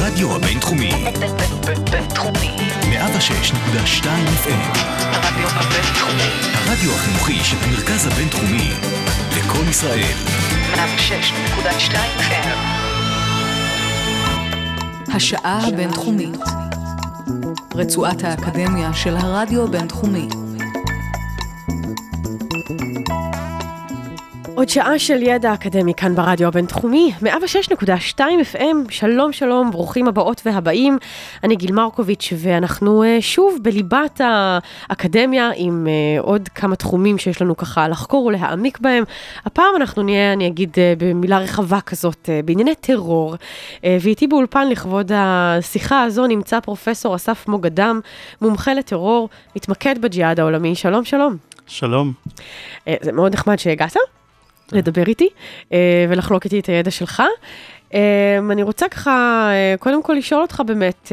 הרדיו הבינתחומי. בינתחומי. 106.2 FM. הרדיו הבינתחומי. הרדיו החינוכי של המרכז הבינתחומי. לכל ישראל. 106.2 FM. השעה הבינתחומית. רצועת האקדמיה של הרדיו הבינתחומי. עוד שעה של ידע אקדמי כאן ברדיו הבינתחומי, 106.2 FM, שלום שלום, ברוכים הבאות והבאים, אני גיל מרקוביץ' ואנחנו שוב בליבת האקדמיה עם עוד כמה תחומים שיש לנו ככה לחקור ולהעמיק בהם. הפעם אנחנו נהיה, אני אגיד במילה רחבה כזאת, בענייני טרור, ואיתי באולפן לכבוד השיחה הזו נמצא פרופסור אסף מוגדם, מומחה לטרור, מתמקד בג'יהאד העולמי, שלום שלום. שלום. זה מאוד נחמד שהגעת. לדבר איתי, ולחלוק איתי את הידע שלך. אני רוצה ככה, קודם כל לשאול אותך באמת,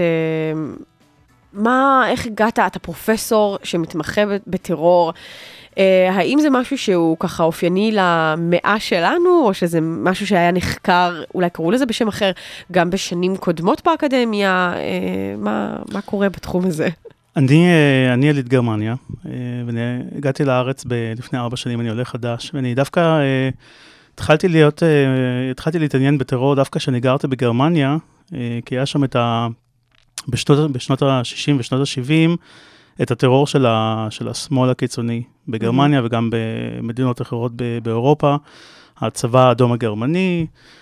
איך הגעת, אתה פרופסור שמתמחה בטרור, האם זה משהו שהוא ככה אופייני למאה שלנו, או שזה משהו שהיה נחקר, אולי קראו לזה בשם אחר, גם בשנים קודמות באקדמיה, מה קורה בתחום הזה? אני יליד גרמניה, והגעתי לארץ לפני 4 שנים, אני עולה חדש, ואני דווקא התחלתי להתעניין בטרור דווקא כשאני גרתי בגרמניה, כי היה שם בשנות ה-60 ושנות ה-70, את הטרור של השמאל הקיצוני בגרמניה, וגם במדינות אחרות באירופה, הצבא האדום הגרמני,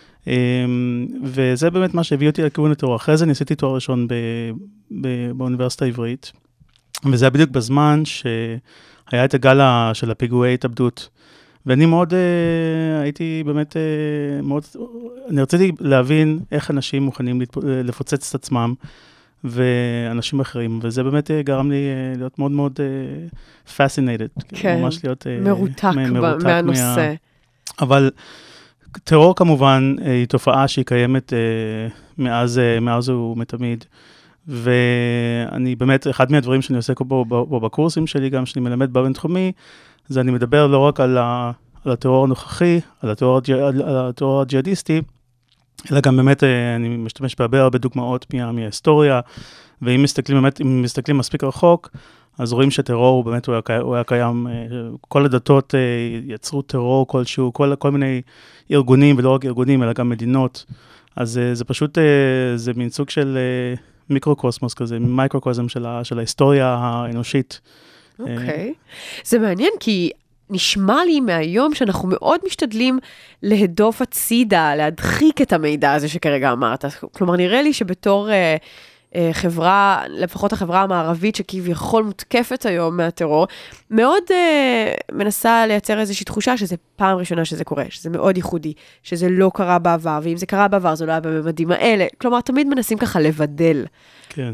וזה באמת מה שהביא אותי לכיוון הטרור. אחרי זה ניסיתי תואר ראשון באוניברסיטה העברית, וזה היה בדיוק בזמן שהיה את הגל של הפיגועי התאבדות. ואני מאוד, הייתי באמת, אני רציתי להבין איך אנשים מוכנים לפוצץ את עצמם, ואנשים אחרים, וזה באמת גרם לי להיות מאוד מאוד fascinated. כן, ממש להיות מרותק מהנושא. אבל טרור כמובן היא תופעה שהיא קיימת מאז ומתמיד, ואני באמת, אחד מהדברים שאני עושה פה בקורסים שלי, גם שאני מלמד בבינתחומי, זה אני מדבר לא רק על הטרור הנוכחי, על הטרור הג'יהאדיסטי, אלא גם באמת אני משתמש בהרבה דוגמאות מההיסטוריה, ואם מסתכלים מספיק רחוק, אז רואים שטרור באמת הוא היה קיים, כל הדתות יצרו טרור כלשהו, כל מיני ארגונים, ולא רק ארגונים, אלא גם מדינות. אז זה פשוט, זה מין סוג של מיקרוקוסמוס כזה, מייקרוקוסם של ההיסטוריה האנושית. אוקיי. זה מעניין, כי נשמע לי מהיום שאנחנו מאוד משתדלים להדוף הצידה, להדחיק את המידע הזה שכרגע אמרת. כלומר, נראה לי שבתור חברה, לפחות החברה המערבית שכביכול מותקפת היום מהטרור, מאוד מנסה לייצר איזושהי תחושה שזה פעם ראשונה שזה קורה, שזה מאוד ייחודי, שזה לא קרה בעבר, ואם זה קרה בעבר זה לא היה בממדים האלה. כלומר, תמיד מנסים ככה לבדל. כן.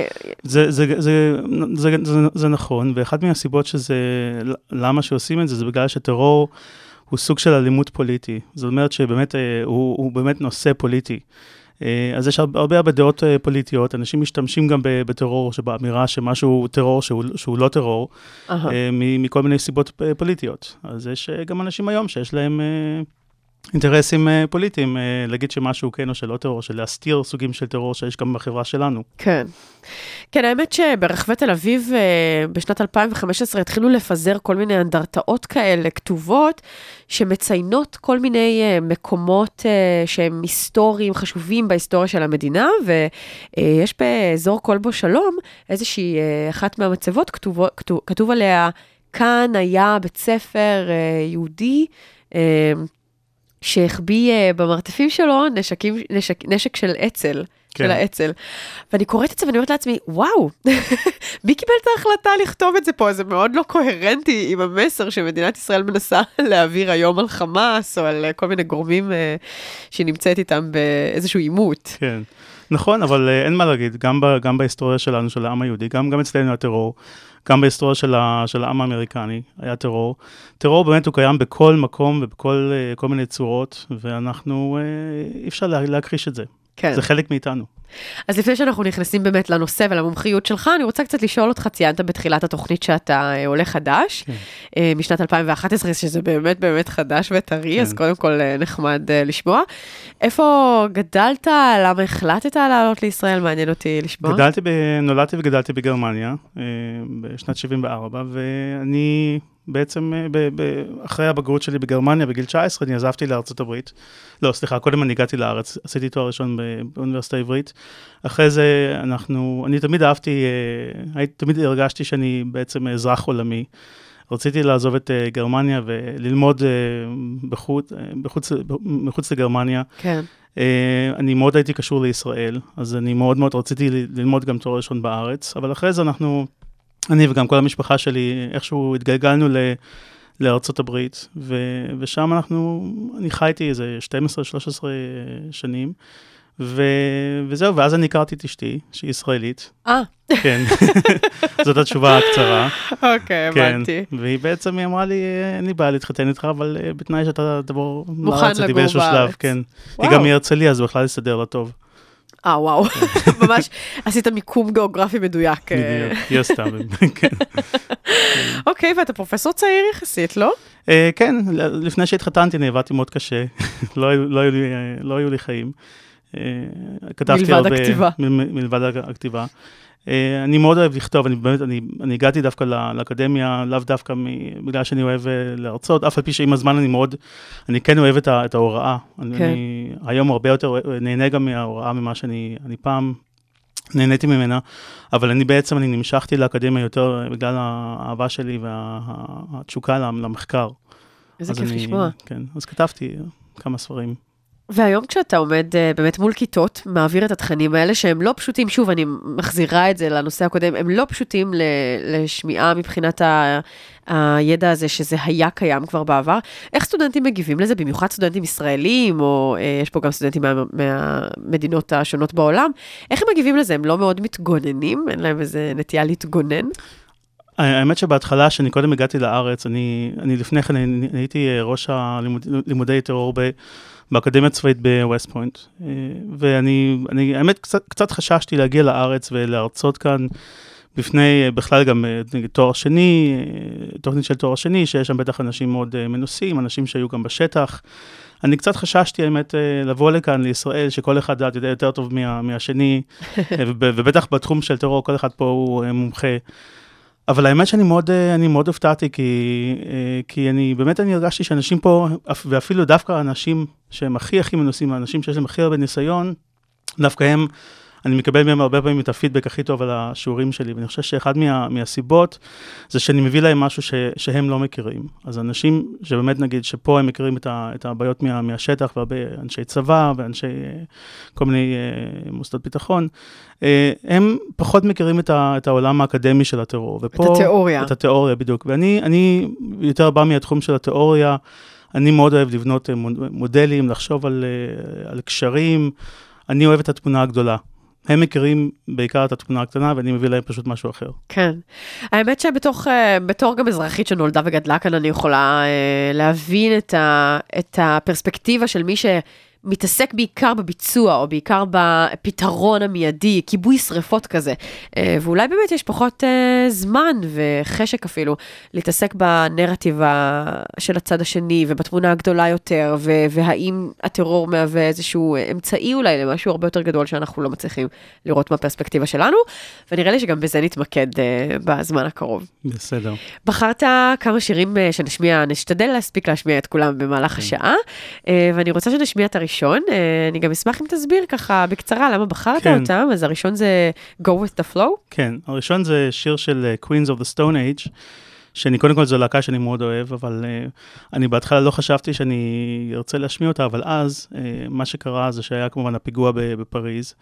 זה נכון, ואחת מהסיבות למה שעושים את זה, זה בגלל שטרור הוא סוג של אלימות פוליטי. זאת אומרת שבאמת, הוא באמת נושא פוליטי. אז יש הרבה דעות פוליטיות, אנשים משתמשים גם בטרור, שבאמירה שמשהו טרור שהוא לא טרור, מכל מיני סיבות פוליטיות. אז יש גם אנשים היום שיש להם אינטרסים פוליטיים, להגיד שמשהו כן או שלא טרור, של להסתיר סוגים של טרור שיש גם בחברה שלנו. כן. כן, האמת שברחבי תל אביב בשנת 2015 התחילו לפזר כל מיני אנדרטאות כאלה כתובות, שמציינות כל מיני מקומות שהם היסטוריים חשובים בהיסטוריה של המדינה, ויש באזור כלבו שלום איזושהי אחת מהמצבות כתוב עליה, כאן היה בית ספר יהודי, שהחביא במרתפים שלו נשק של עצל, של העצל. ואני קוראת את זה ואני אומרת לעצמי, וואו, מי קיבל את ההחלטה לכתוב את זה פה? זה מאוד לא קוהרנטי עם המסר שמדינת ישראל מנסה להעביר היום על חמאס, או על כל מיני גורמים שנמצאת איתם באיזשהו עימות. כן, נכון, אבל אין מה להגיד, גם בהיסטוריה שלנו, של העם היהודי, גם אצלנו הטרור, גם בהיסטוריה של העם האמריקני היה טרור. טרור באמת הוא קיים בכל מקום ובכל כל מיני צורות, ואנחנו, אי אפשר להכחיש את זה. כן. זה חלק מאיתנו. אז לפני שאנחנו נכנסים באמת לנושא ולמומחיות שלך, אני רוצה קצת לשאול אותך, ציינת בתחילת התוכנית שאתה עולה חדש, משנת 2011, שזה באמת באמת חדש וטרי, אז קודם כל נחמד לשמוע. איפה גדלת? למה החלטת לעלות לישראל? מעניין אותי לשמוע. נולדתי וגדלתי בגרמניה, בשנת 74, ואני בעצם, אחרי הבגרות שלי בגרמניה, בגיל 19, אני עזבתי לארצות הברית. לא, סליחה, קודם אני הגעתי לארץ, עשיתי תואר ראשון באוניברסיטה העברית. אחרי זה אני תמיד תמיד הרגשתי שאני בעצם אזרח עולמי. רציתי לעזוב את גרמניה וללמוד מחוץ לגרמניה. כן. אני מאוד הייתי קשור לישראל, אז אני מאוד מאוד רציתי ללמוד גם תואר ראשון בארץ, אבל אחרי זה אני וגם כל המשפחה שלי, איכשהו התגלגלנו לארצות הברית, ושם אני חייתי איזה 12-13 שנים, וזהו, ואז אני הכרתי את אשתי, שהיא ישראלית. כן, זאת התשובה הקצרה. אוקיי, הבנתי. והיא בעצם אמרה לי, אין לי בעיה להתחתן איתך, אבל בתנאי שאתה תבוא לארץ איתי באיזשהו שלב. כן. היא גם מהרצליה, אז בכלל יסתדר לה טוב. וואו, ממש עשית מיקום גיאוגרפי מדויק. בדיוק, יסתם, כן. אוקיי, ואתה פרופסור צעיר יחסית, לא? כן, לפני שהתחתנתי נעבדתי מאוד קשה, לא היו לי חיים. מלבד הכתיבה. מלבד הכתיבה. אני מאוד אוהב לכתוב, אני הגעתי דווקא לאקדמיה, לאו דווקא בגלל שאני אוהב להרצות, אף על פי שעם הזמן אני כן אוהב את ההוראה. אני היום הרבה יותר נהנה גם מההוראה ממה שאני פעם נהניתי ממנה, אבל אני נמשכתי לאקדמיה יותר בגלל האהבה שלי והתשוקה למחקר. איזה כיף לשמוע. כן, אז כתבתי כמה ספרים. והיום כשאתה עומד באמת מול כיתות, מעביר את התכנים האלה שהם לא פשוטים, שוב, אני מחזירה את זה לנושא הקודם, הם לא פשוטים לשמיעה מבחינת הידע הזה שזה היה קיים כבר בעבר. איך סטודנטים מגיבים לזה, במיוחד סטודנטים ישראלים, או יש פה גם סטודנטים מהמדינות השונות בעולם, איך הם מגיבים לזה? הם לא מאוד מתגוננים? אין להם איזה נטייה להתגונן? האמת שבהתחלה, שאני קודם הגעתי לארץ, אני לפני כן הייתי ראש לימודי טרור באקדמיה צבאית בווסט פוינט, ואני האמת קצת חששתי להגיע לארץ ולהרצות כאן בפני, בכלל גם תואר שני, תוכנית של תואר שני, שיש שם בטח אנשים מאוד מנוסים, אנשים שהיו גם בשטח. אני קצת חששתי, האמת, לבוא לכאן לישראל, שכל אחד יודע יותר טוב מהשני, ובטח בתחום של טרור, כל אחד פה הוא מומחה. אבל האמת שאני מאוד הופתעתי, כי אני הרגשתי שאנשים פה, ואפילו דווקא אנשים שהם הכי מנוסים, האנשים שיש להם הכי הרבה ניסיון, דווקא אני מקבל מהם הרבה פעמים את הפידבק הכי טוב על השיעורים שלי, ואני חושב שאחד מהסיבות זה שאני מביא להם משהו שהם לא מכירים. אז אנשים שבאמת נגיד שפה הם מכירים את הבעיות מהשטח, והרבה אנשי צבא ואנשי כל מיני מוסדות ביטחון, הם פחות מכירים את העולם האקדמי של הטרור. ופה, את התיאוריה. את התיאוריה, בדיוק. ואני יותר בא מהתחום של התיאוריה, אני מאוד אוהב לבנות מודלים, לחשוב על קשרים, אני אוהב את התמונה הגדולה. הם מכירים בעיקר את התמונה הקטנה, ואני מביא להם פשוט משהו אחר. כן. האמת שבתור גם אזרחית שנולדה וגדלה כאן, אני יכולה להבין את הפרספקטיבה של מי מתעסק בעיקר בביצוע, או בעיקר בפתרון המיידי, כיבוי שריפות כזה. ואולי באמת יש פחות זמן וחשק אפילו, להתעסק בנרטיב של הצד השני, ובתמונה הגדולה יותר, והאם הטרור מהווה איזשהו אמצעי אולי למשהו הרבה יותר גדול, שאנחנו לא מצליחים לראות מהפרספקטיבה שלנו, ונראה לי שגם בזה נתמקד בזמן הקרוב. בסדר. בחרת כמה שירים שנשמיע, נשתדל להספיק להשמיע את כולם במהלך השעה, ואני רוצה שנשמיע את הראשון, אני גם אשמח אם תסביר ככה בקצרה למה בחרת אותם, אז הראשון זה Go With The Flow. כן, הראשון זה שיר של Queens of the Stone Age, שאני קודם כל זו להקה שאני מאוד אוהב, אבל אני בהתחלה לא חשבתי שאני ארצה להשמיע אותה, אבל אז מה שקרה זה שהיה כמובן הפיגוע בפריז,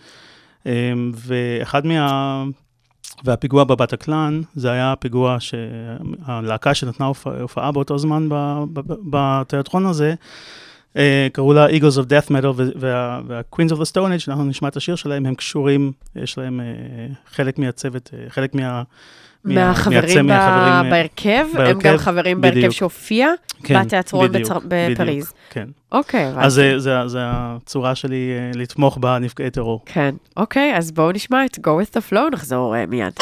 והפיגוע בבטקלן, זה היה פיגוע שהלהקה שנתנה הופעה באותו זמן בתיאטרון הזה, קראו לה Eagles of Death Metal, וה-Queens of the Stone Age, שאנחנו נשמע את השיר שלהם, הם קשורים, יש להם חלק מהצוות, חלק מהחברים בהרכב, הם גם חברים בהרכב שהופיע בתיאטרון בפריז. כן. אוקיי. אז זה הצורה שלי לתמוך בנפגעי טרור. כן, אוקיי, אז בואו נשמע את Go With The Flow, נחזור מיד.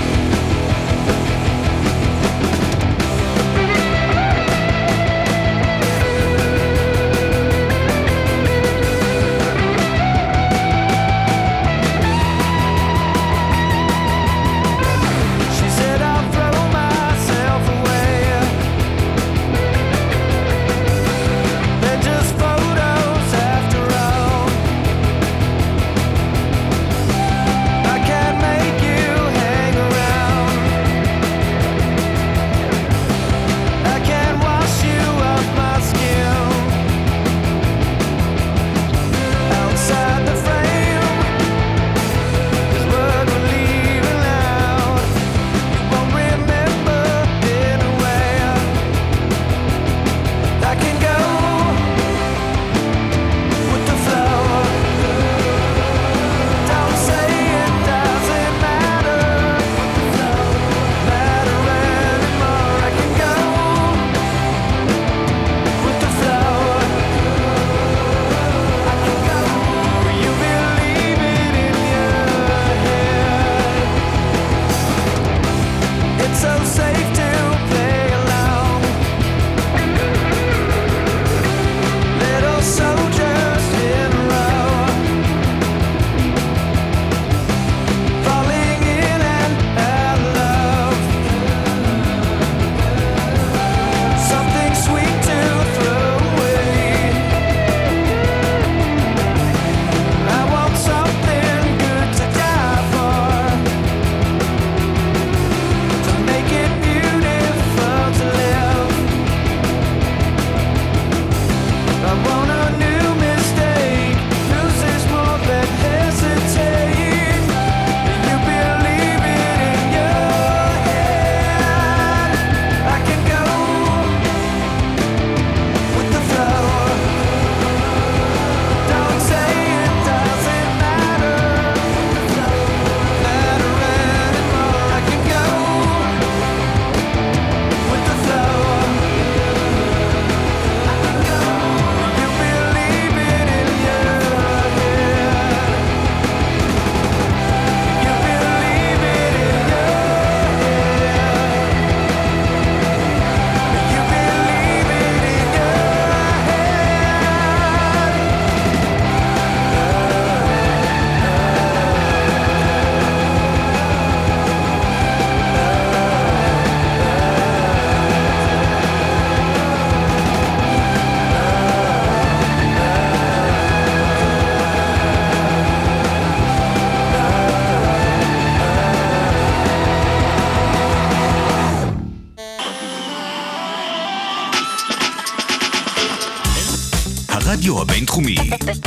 הרדיו הבינתחומי.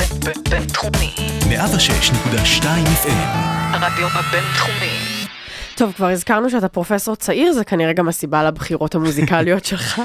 בינתחומי. 106.2 FM. הרדיו הבינתחומי. טוב, כבר הזכרנו שאתה פרופסור צעיר, זה כנראה גם הסיבה לבחירות המוזיקליות שלך.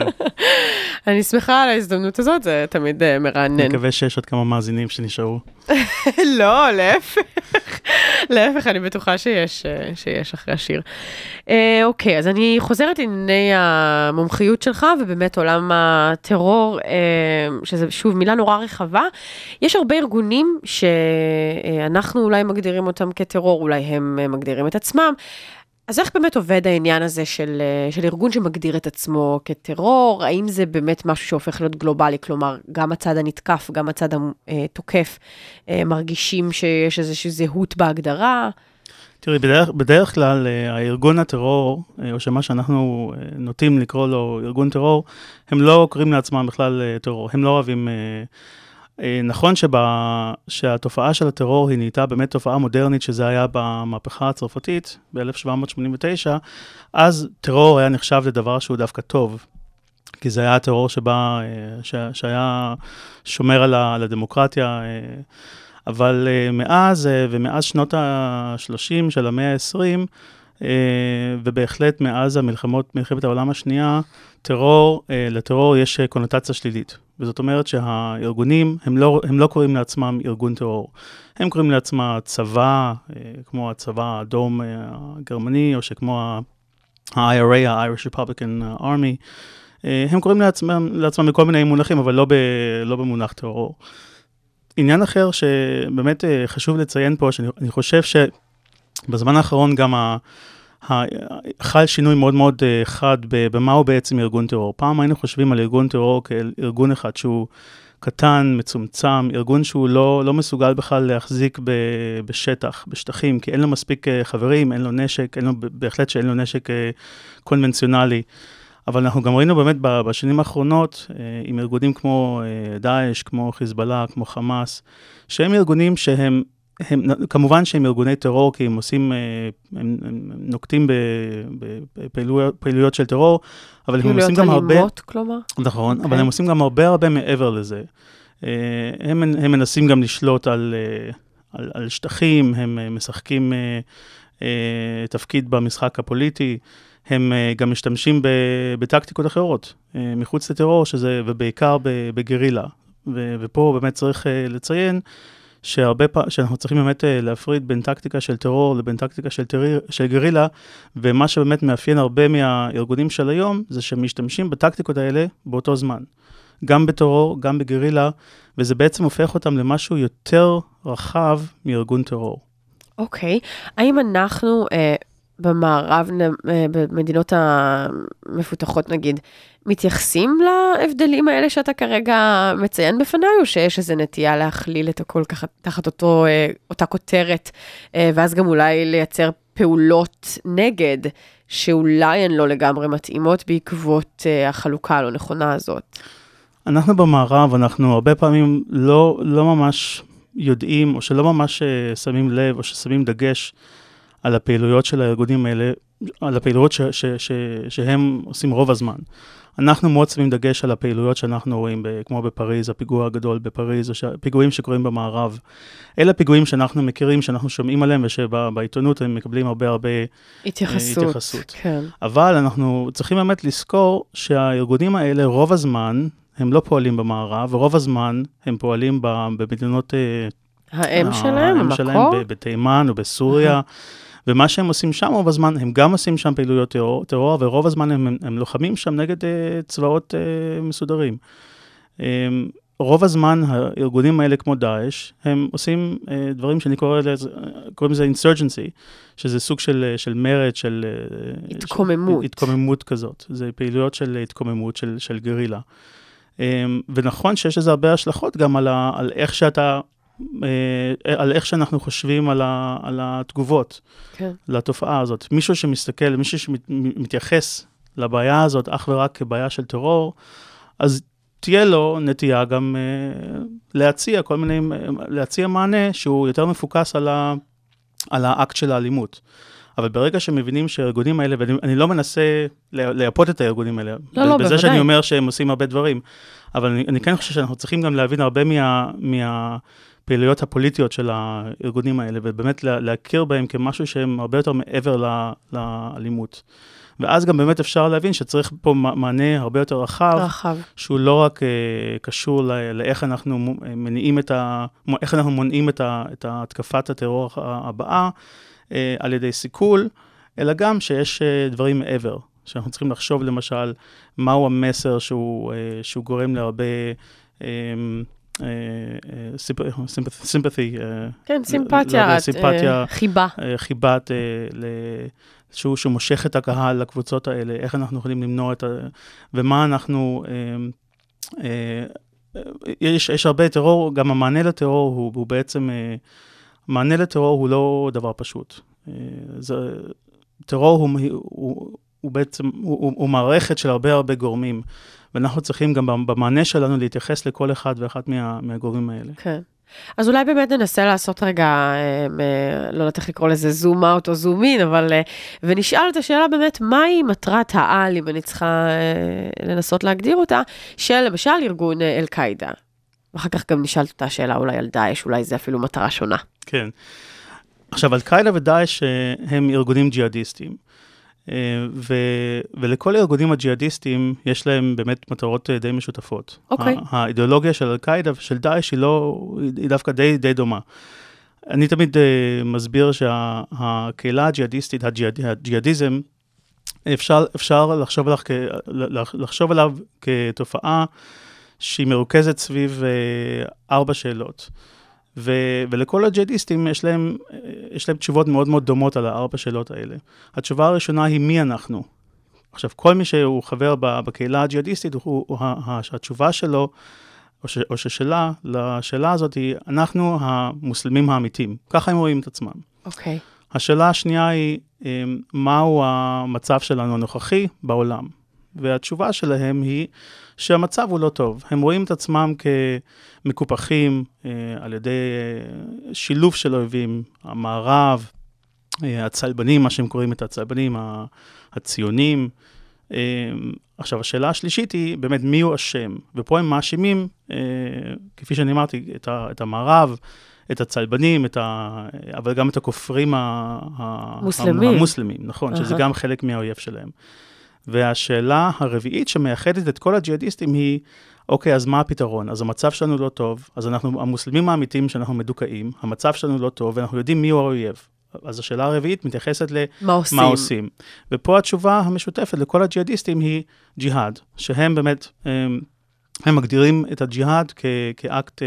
אני שמחה על ההזדמנות הזאת, זה תמיד מרענן. אני מקווה שיש עוד כמה מאזינים שנשארו. לא, להפך. להפך, אני בטוחה שיש אחרי השיר. אוקיי, אז אני חוזרת לענייני המומחיות שלך, ובאמת עולם הטרור, שזה שוב מילה נורא רחבה. יש הרבה ארגונים שאנחנו אולי מגדירים אותם כטרור, אולי הם מגדירים את עצמם. אז איך באמת עובד העניין הזה של ארגון שמגדיר את עצמו כטרור? האם זה באמת משהו שהופך להיות גלובלי? כלומר, גם הצד הנתקף, גם הצד התוקף, מרגישים שיש איזושהי זהות בהגדרה? תראי, בדרך כלל הארגון הטרור, או שמה שאנחנו נוטים לקרוא לו ארגון טרור, הם לא קוראים לעצמם בכלל טרור, הם לא אוהבים... נכון שהתופעה של הטרור היא נהייתה באמת תופעה מודרנית, שזה היה במהפכה הצרפתית ב-1789, אז טרור היה נחשב לדבר שהוא דווקא טוב, כי זה היה הטרור שהיה שומר על הדמוקרטיה, אבל מאז ומאז שנות ה-30 של המאה ה-20, ובהחלט מאז מלחמת העולם השנייה, לטרור יש קונוטציה שלילית. וזאת אומרת שהארגונים, הם לא קוראים לעצמם ארגון טרור. הם קוראים לעצמם צבא, כמו הצבא האדום הגרמני, או שכמו ה-IRA, ה-Irish Republican Army. הם קוראים לעצמם בכל מיני מונחים, אבל לא במונח טרור. עניין אחר שבאמת חשוב לציין פה, שאני חושב שבזמן האחרון גם חל שינוי מאוד מאוד חד במה הוא בעצם ארגון טרור. פעם היינו חושבים על ארגון טרור כארגון אחד שהוא קטן, מצומצם, ארגון שהוא לא מסוגל בכלל להחזיק בשטח, בשטחים, כי אין לו מספיק חברים, אין לו נשק, בהחלט שאין לו נשק קונבנציונלי. אבל אנחנו גם ראינו באמת בשנים האחרונות, עם ארגונים כמו דאעש, כמו חיזבאללה, כמו חמאס, שהם ארגונים כמובן שהם ארגוני טרור, כי הם נוקטים בפעילויות של טרור, אבל הם עושים גם הרבה... פעילויות אלימות, כלומר? נכון, אבל הם עושים גם הרבה מעבר לזה. הם מנסים גם לשלוט על שטחים, הם משחקים תפקיד במשחק הפוליטי, הם גם משתמשים בטקטיקות אחרות, מחוץ לטרור, ובעיקר בגרילה. ופה באמת צריך לציין, שאנחנו צריכים באמת להפריד בין טקטיקה של טרור לבין טקטיקה של גרילה, ומה שבאמת מאפיין הרבה מהארגונים של היום, זה שהם משתמשים בטקטיקות האלה באותו זמן. גם בטרור, גם בגרילה, וזה בעצם הופך אותם למשהו יותר רחב מארגון טרור. אוקיי. האם אנחנו במערב, במדינות המפותחות נגיד, מתייחסים להבדלים האלה שאתה כרגע מציין בפניי, או שיש איזו נטייה להכליל את הכל תחת אותה כותרת, ואז גם אולי לייצר פעולות נגד, שאולי הן לא לגמרי מתאימות בעקבות החלוקה הלא נכונה הזאת? אנחנו במערב, אנחנו הרבה פעמים לא ממש יודעים, או שלא ממש שמים לב, או ששמים דגש על הפעילויות של הארגונים האלה, על הפעילויות שהם עושים רוב הזמן. אנחנו מאוד שמים דגש על הפעילויות שאנחנו רואים, כמו בפריז, הפיגוע הגדול בפריז, או פיגועים שקורים במערב. אלה פיגועים שאנחנו מכירים, שאנחנו שומעים עליהם, ושבעיתונות הם מקבלים הרבה התייחסות. כן. אבל אנחנו צריכים באמת לזכור שהארגונים האלה, רוב הזמן, הם לא פועלים במערב, ורוב הזמן הם פועלים במדינות... האם שלהם, המקור? בתימן או בסוריה. ומה שהם עושים שם רוב הזמן, הם גם עושים שם פעילויות טרור, ורוב הזמן הם לוחמים שם נגד צבאות מסודרים. רוב הזמן הארגונים האלה כמו דאעש, הם עושים דברים שאני קוראים לזה insurgency, שזה סוג של מרד, של... התקוממות כזאת. זה פעילויות של התקוממות, של גרילה. ונכון שיש לזה הרבה השלכות גם על איך על איך שאנחנו חושבים על התגובות, כן. לתופעה הזאת. מישהו שמתייחס לבעיה הזאת אך ורק כבעיה של טרור, אז תהיה לו נטייה גם להציע מענה שהוא יותר מפוקס על האקט של האלימות. אבל ברגע שמבינים שהארגונים האלה, ואני לא מנסה לייפות את הארגונים האלה, בזה בוודאי. שאני אומר שהם עושים הרבה דברים, אבל אני כן חושב שאנחנו צריכים גם להבין הרבה פעילויות הפוליטיות של הארגונים האלה, ובאמת להכיר בהם כמשהו שהם הרבה יותר מעבר לאלימות. ואז גם באמת אפשר להבין שצריך פה מענה הרבה יותר רחב, שהוא לא רק קשור לאיך אנחנו מונעים את התקפת הטרור הבאה, על ידי סיכול, אלא גם שיש דברים מעבר, שאנחנו צריכים לחשוב למשל, מהו המסר שהוא גורם להרבה... sympathy, כן, סימפתיה, חיבה, שהוא מושך את הקהל לקבוצות האלה, איך אנחנו יכולים למנוע ומה אנחנו, יש הרבה טרור, גם המענה לטרור הוא בעצם, מענה לטרור הוא לא דבר פשוט. טרור הוא בעצם, הוא מערכת של הרבה גורמים, ואנחנו צריכים גם במענה שלנו להתייחס לכל אחד ואחת מהגורמים האלה. כן. אז אולי באמת ננסה לעשות רגע, לא יודעת איך לקרוא לזה זום אאוט או זום אין, אבל, ונשאל את השאלה באמת, מהי מטרת העל, אם אני צריכה לנסות להגדיר אותה, של למשל ארגון אל-קאידה. ואחר כך גם נשאל את השאלה אולי על דאעש, אולי זה אפילו מטרה שונה. כן. עכשיו, אל-קאעידה ודאעש הם ארגונים ג'יהאדיסטיים, ולכל הארגונים הג'יהאדיסטיים יש להם באמת מטרות די משותפות. אוקיי. האידיאולוגיה של אל-קאעידה ושל דאעש היא דווקא די דומה. אני תמיד מסביר שהקהילה הג'יהאדיסטית, הג'יהאדיזם, אפשר לחשוב עליו כתופעה שהיא מרוכזת סביב 4 שאלות. ולכל הג'יהאדיסטים יש להם תשובות מאוד מאוד דומות על 4 שאלות האלה. התשובה הראשונה היא מי אנחנו. עכשיו, כל מי שהוא חבר בקהילה הג'יהאדיסטית, התשובה שלו, או ששלה, לשאלה הזאת היא, אנחנו המוסלמים האמיתיים. ככה הם רואים את עצמם. אוקיי. השאלה השנייה היא, מהו המצב שלנו הנוכחי בעולם? והתשובה שלהם היא שהמצב הוא לא טוב. הם רואים את עצמם כמקופחים על ידי שילוב של אויבים, המערב, הצלבנים, מה שהם קוראים את הצלבנים, הציונים. עכשיו, השאלה השלישית היא באמת מי הוא אשם, ופה הם מאשימים, כפי שאני אמרתי, את המערב, את הצלבנים, אבל גם את הכופרים המוסלמים, נכון, שזה גם חלק מהאויב שלהם. והשאלה הרביעית שמייחדת את כל הג'יהאדיסטים היא, אוקיי, אז מה הפתרון? אז המצב שלנו לא טוב, אז אנחנו, המוסלמים האמיתיים שאנחנו מדוכאים, המצב שלנו לא טוב, ואנחנו יודעים מי הוא האויב. אז השאלה הרביעית מתייחסת למה עושים. ופה התשובה המשותפת לכל הג'יהאדיסטים היא ג'יהאד, שהם באמת, הם מגדירים את הג'יהאד כאקט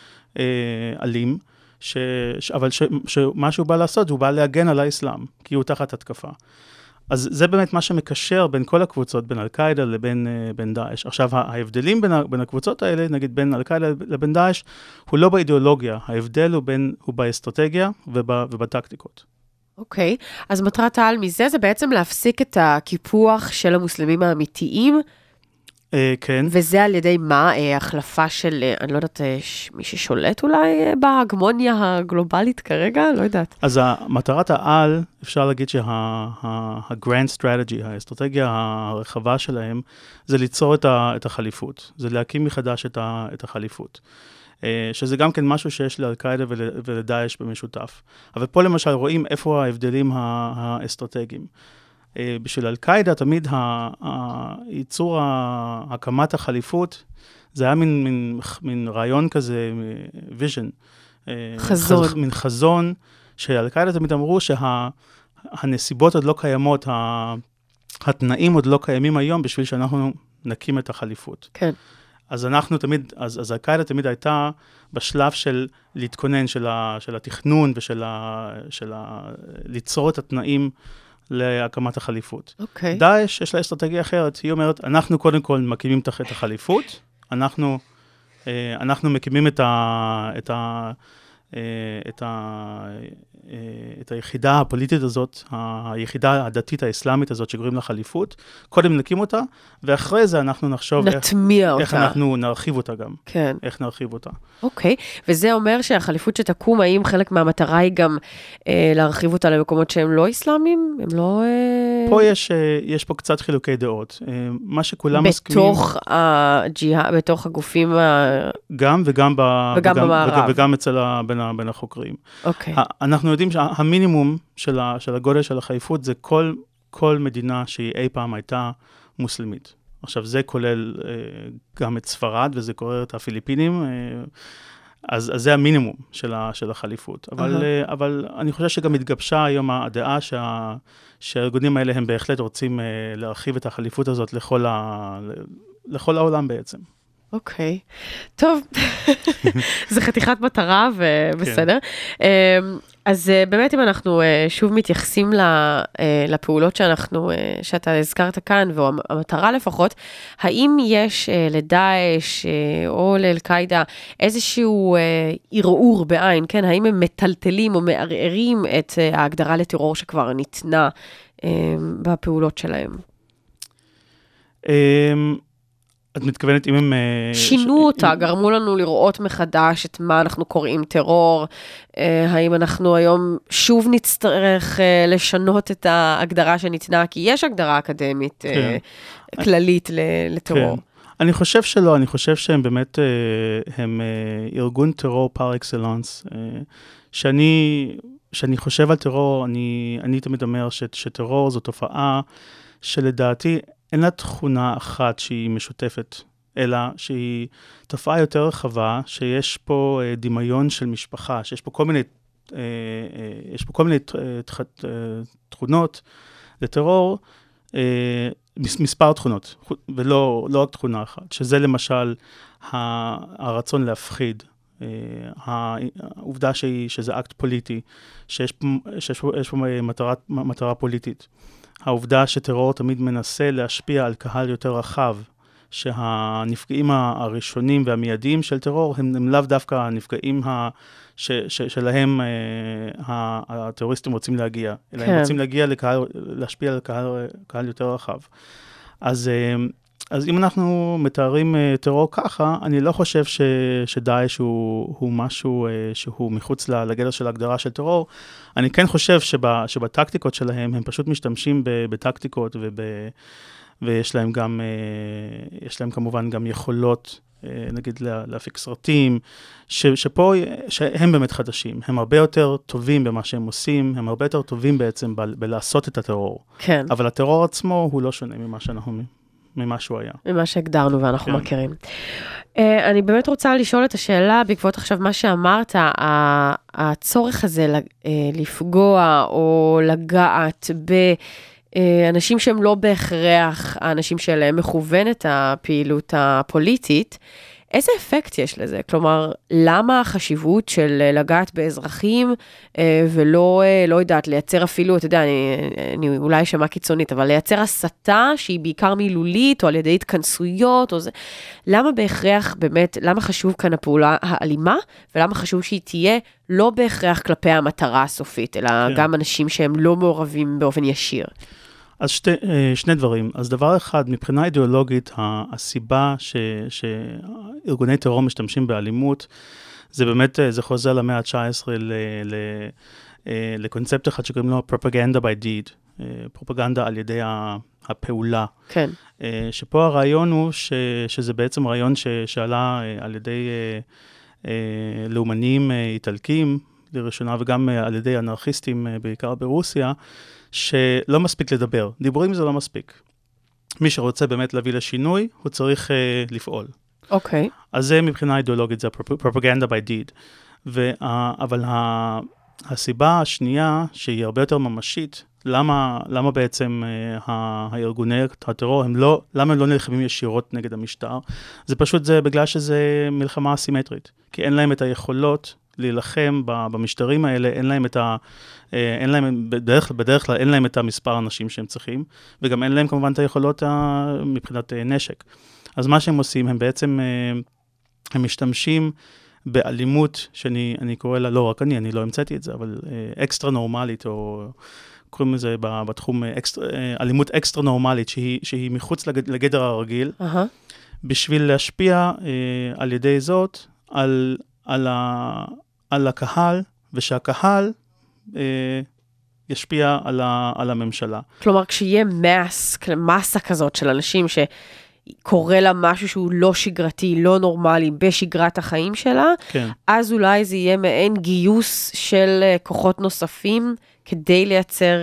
אלים, אבל שמה שהוא בא לעשות, הוא בא להגן על האסלאם, כי הוא תחת התקפה. אז זה באמת מה שמקשר בין כל הקבוצות, בין אל-קאעידה לבין דאעש. עכשיו, ההבדלים בין הקבוצות האלה, נגיד בין אל-קאעידה לבין דאעש, הוא לא באידיאולוגיה, ההבדל הוא באסטרטגיה ובטקטיקות. אוקיי, אז מטרת העל מזה זה בעצם להפסיק את הקיפוח של המוסלמים האמיתיים, כן. וזה על ידי מה? החלפה של, אני לא יודעת, מי ששולט אולי בהגמוניה הגלובלית כרגע? לא יודעת. אז מטרת העל, אפשר להגיד שה-grand strategy, האסטרטגיה הרחבה שלהם, זה ליצור את החליפות. זה להקים מחדש את החליפות. שזה גם כן משהו שיש לאל-קאעידה ולדאעש במשותף. אבל פה למשל רואים איפה ההבדלים האסטרטגיים. בשביל אל-קאעידה תמיד הייצור הקמת החליפות, זה היה מין רעיון כזה, vision. חזון. מין חזון, שאל-קאעידה תמיד אמרו שהנסיבות עוד לא קיימות, התנאים עוד לא קיימים היום בשביל שאנחנו נקים את החליפות. כן. אז אנחנו תמיד, אז אל-קאעידה תמיד הייתה בשלב של להתכונן, של התכנון ושל ליצור את התנאים להקמת החליפות. אוקיי. דאעש יש לה אסטרטגיה אחרת, היא אומרת, אנחנו קודם כל מקימים את החליפות, אנחנו מקימים את היחידה הפוליטית הזאת, היחידה הדתית האסלאמית הזאת שקוראים לה חליפות, קודם נקים אותה, ואחרי זה אנחנו נחשוב איך אנחנו נרחיב אותה גם. כן. איך נרחיב אותה. אוקיי, וזה אומר שהחליפות שתקום, האם חלק מהמטרה היא גם להרחיב אותה למקומות שהם לא אסלאמיים? הם לא... פה יש פה קצת חילוקי דעות. מה שכולם מסכימים... בתוך הגופים גם וגם במערב. וגם בין החוקרים. אוקיי. אנחנו יודעים שהמינימום של הגודל של החליפות זה כל מדינה שהיא אי פעם הייתה מוסלמית. עכשיו זה כולל גם את ספרד וזה כולל את הפיליפינים, אז זה המינימום של החליפות. אבל אני חושב שגם התגבשה היום הדעה שהארגונים האלה הם בהחלט רוצים להרחיב את החליפות הזאת לכל העולם בעצם. אוקיי, טוב, זה חתיכת מטרה ובסדר. אז באמת אם אנחנו שוב מתייחסים לפעולות שאתה הזכרת כאן, והמטרה לפחות, האם יש לדאעש או לאל-קאעידה איזשהו ערעור בעין, כן? האם הם מטלטלים או מערערים את ההגדרה לטרור שכבר ניתנה בפעולות שלהם? את מתכוונת אם הם... שינו אותה, גרמו לנו לראות מחדש את מה אנחנו קוראים טרור, האם אנחנו היום שוב נצטרך לשנות את ההגדרה שניתנה, כי יש הגדרה אקדמית כללית לטרור. אני חושב שלא, אני חושב שהם באמת, הם ארגון טרור פר אקסלנס, כשאני חושב על טרור, אני תמיד אומר שטרור זו תופעה שלדעתי אין לה תכונה אחת שהיא משותפת, אלא שהיא תופעה יותר רחבה, שיש פה דמיון של משפחה, שיש פה כל מיני תכונות לטרור, מספר תכונות, ולא רק תכונה אחת, שזה למשל הרצון להפחיד, העובדה שזה אקט פוליטי, שיש פה מטרה פוליטית, העובדה שטרור תמיד מנסה להשפיע על קהל יותר רחב, שהנפגעים הראשונים והמיידיים של טרור הם לאו דווקא הנפגעים שלהם הטרוריסטים רוצים להגיע, אלא הם רוצים להגיע להשפיע על קהל יותר רחב. אז אם אנחנו מתארים טרור ככה, אני לא חושב שדאעש הוא משהו שהוא מחוץ לגדר של ההגדרה של טרור. אני כן חושב שבטקטיקות שלהם הם פשוט משתמשים בטקטיקות ויש להם גם, יש להם כמובן גם יכולות, נגיד להפיק סרטים, שפה, שהם באמת חדשים, הם הרבה יותר טובים במה שהם עושים, הם הרבה יותר טובים בעצם בלעשות את הטרור. כן. אבל הטרור עצמו הוא לא שונה ממה שהוא היה. ממה שהגדרנו ואנחנו מכירים. אני באמת רוצה לשאול את השאלה, בעקבות עכשיו מה שאמרת, הצורך הזה לפגוע או לגעת אנשים שהם לא בהכרח האנשים שלהם מכוונת הפעילות הפוליטית, איזה אפקט יש לזה? כלומר, למה החשיבות של לגעת באזרחים ולא, לא יודעת, לייצר אפילו, אתה יודע, אני אולי שמה קיצונית, אבל לייצר הסתה שהיא בעיקר מילולית או על ידי התכנסויות, או זה, למה בהכרח באמת, למה חשוב כאן הפעולה האלימה, ולמה חשוב שהיא תהיה לא בהכרח כלפי המטרה הסופית, אלא גם אנשים שהם לא מעורבים באופן ישיר? אז שני דברים. אז דבר אחד, מבחינה אידיאולוגית, הסיבה שארגוני טרור משתמשים באלימות, זה באמת, זה חוזר למאה ה-19 לקונספט אחד שקוראים לו propaganda by deed, פרופגנדה על ידי הפעולה. כן. שפה הרעיון הוא שזה בעצם רעיון שעלה על ידי לאומנים איטלקים, לראשונה, וגם על ידי אנרכיסטים, בעיקר ברוסיה, שלא מספיק לדבר. דיבורים זה לא מספיק. מי שרוצה באמת להביא לשינוי, הוא צריך לפעול. אוקיי. אז זה מבחינה אידיאולוגית, זה propaganda by deed. אבל הסיבה השנייה, שהיא הרבה יותר ממשית, למה בעצם הארגוני הטרור, למה הם לא נלחמים ישירות נגד המשטר? זה פשוט בגלל שזה מלחמה אסימטרית. כי אין להם את היכולות להילחם במשטרים האלה, בדרך כלל אין להם את המספר האנשים שהם צריכים, וגם אין להם כמובן את היכולות מבחינת נשק. אז מה שהם עושים, הם בעצם, הם משתמשים באלימות, שאני קורא לה, לא רק אני לא המצאתי את זה, אבל אקסטרה נורמלית, או קוראים לזה בתחום אלימות אקסטרה נורמלית, שהיא מחוץ לגדר הרגיל, בשביל להשפיע על ידי זאת, על הקהל, ושהקהל ישפיע על הממשלה. כלומר, כשיהיה מסה כזאת של אנשים שקורא לה משהו שהוא לא שגרתי, לא נורמלי, בשגרת החיים שלה, כן. אז אולי זה יהיה מעין גיוס של כוחות נוספים, כדי לייצר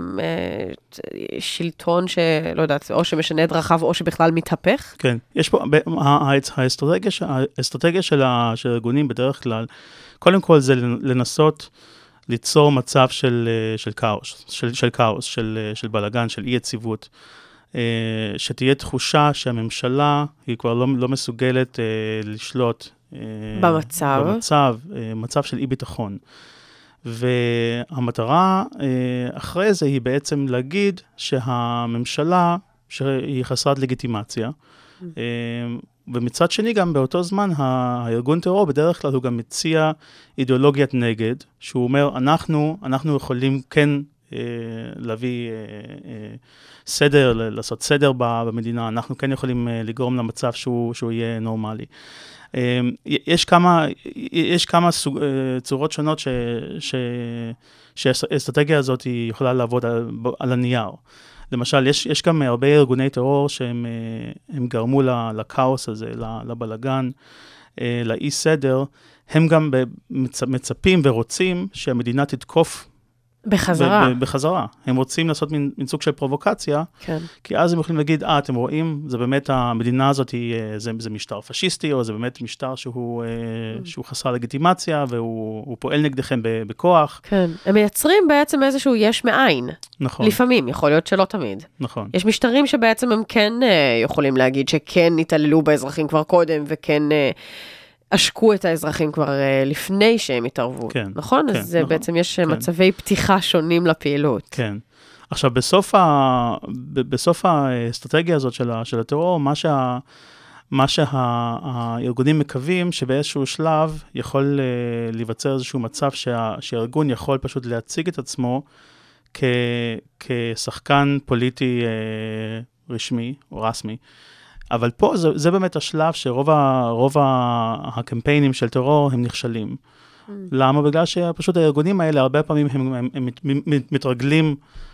שלטון שלא יודעת, או שמשנה את דרכיו, או שבכלל מתהפך? כן, יש פה, האסטרטגיה של הארגונים בדרך כלל, קודם כל זה לנסות ליצור מצב של כאוס, של בלגן, של אי יציבות, שתהיה תחושה שהממשלה היא כבר לא מסוגלת לשלוט מצב של אי ביטחון. והמטרה אחרי זה היא בעצם להגיד שהממשלה שהיא חסרת לגיטימציה, ומצד שני גם באותו זמן הארגון טרור בדרך כלל הוא גם מציע אידיאולוגיית נגד, שהוא אומר אנחנו יכולים כן להביא סדר, לעשות סדר במדינה, אנחנו כן יכולים לגרום למצב שהוא יהיה נורמלי. יש כמה צורות שונות שהאסטרטגיה הזאת היא יכולה לעבוד על הנייר. למשל, יש גם הרבה ארגוני טרור שהם גרמו לכאוס הזה, לבלגן, לאי סדר, הם גם מצפים ורוצים שהמדינה תתקוף בחזרה. בחזרה. הם רוצים לעשות מין סוג של פרובוקציה, כן. כי אז הם יכולים להגיד, אתם רואים, זה באמת המדינה הזאת, זה משטר פשיסטי, או זה באמת משטר שהוא חסר לגיטימציה, והוא פועל נגדכם בכוח. כן. הם מייצרים בעצם איזשהו יש מאין. נכון. לפעמים, יכול להיות שלא תמיד. נכון. יש משטרים שבעצם הם כן יכולים להגיד שכן התעללו באזרחים כבר קודם, וכן עשקו את האזרחים כבר לפני שהם התערבו. כן. נכון? כן, אז נכון. בעצם יש כן. מצבי פתיחה שונים לפעילות. כן. עכשיו, בסוף האסטרטגיה הזאת של הטרור, מה שהארגונים מקווים, שבאיזשהו שלב יכול להיווצר איזשהו מצב שהארגון יכול פשוט להציג את עצמו כשחקן פוליטי רשמי או רסמי. אבל פה זה באמת השלב שרוב הקמפיינים של טרור הם נכשלים. למה? בגלל שפשוט הארגונים האלה הרבה פעמים הם מתרגלים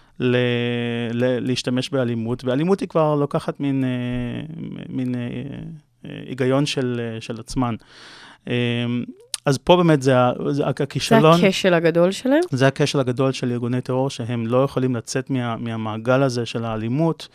להשתמש באלימות, ואלימות היא כבר לוקחת מין היגיון של עצמן. אז פה באמת זה הכישלון. זה הכשל הגדול שלהם? זה הכשל הגדול של ארגוני טרור, שהם לא יכולים לצאת מהמעגל הזה של האלימות,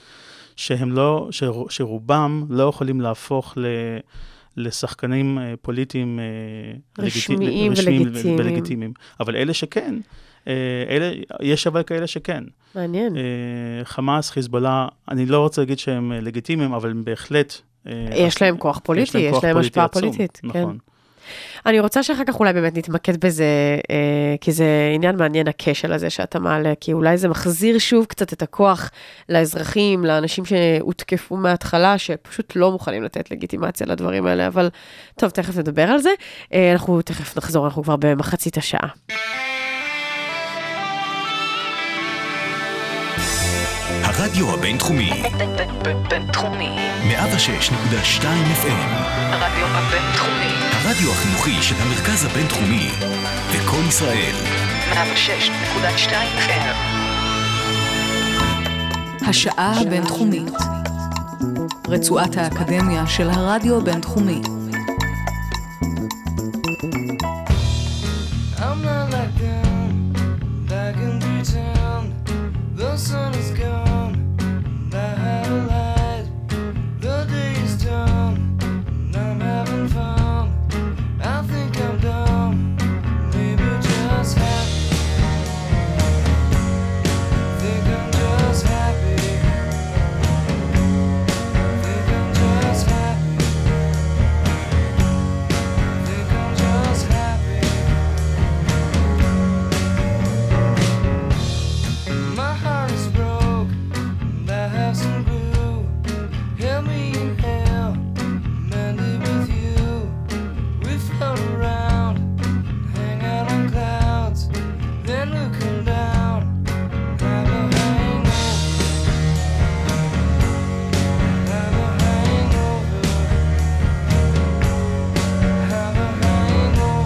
שרובם לא יכולים להפוך לשחקנים פוליטיים רשמיים ולגיטימיים. אבל אלה שכן, יש אבל כאלה שכן. מעניין. חמאס, חיזבאללה, אני לא רוצה להגיד שהם לגיטימיים, אבל הם בהחלט... יש להם כוח פוליטי, יש להם השפעה פוליטית. נכון. אני רוצה שאחר כך אולי באמת נתמקד בזה, כי זה עניין מעניין הכשל הזה שאתה מעלה, כי אולי זה מחזיר שוב קצת את הכוח לאזרחים, לאנשים שהותקפו מההתחלה, שפשוט לא מוכנים לתת לגיטימציה לדברים האלה, אבל טוב, תכף נדבר על זה. אנחנו תכף נחזור, אנחנו כבר במחצית השעה. הרדיו הבינתחומי. בינתחומי. 106.2 FM. הרדיו הבינתחומי. הרדיו החינוכי של המרכז הבינתחומי. וכל ישראל. 106.2 FM. השעה הבינתחומית. רצועת האקדמיה של הרדיו הבינתחומי. I'm not like them, back in pretend. The sun is gone, and I have a light. The day is done, and I'm having fun. I think I'm dumb, maybe just happy. Think I'm just happy. Think I'm just happy. Think I'm just happy. My heart is broke, and I have some glue. Help me inhale, mend it with you. We float around, hang out on clouds, then looking down, have a hangover. Have a hangover. Have a hangover.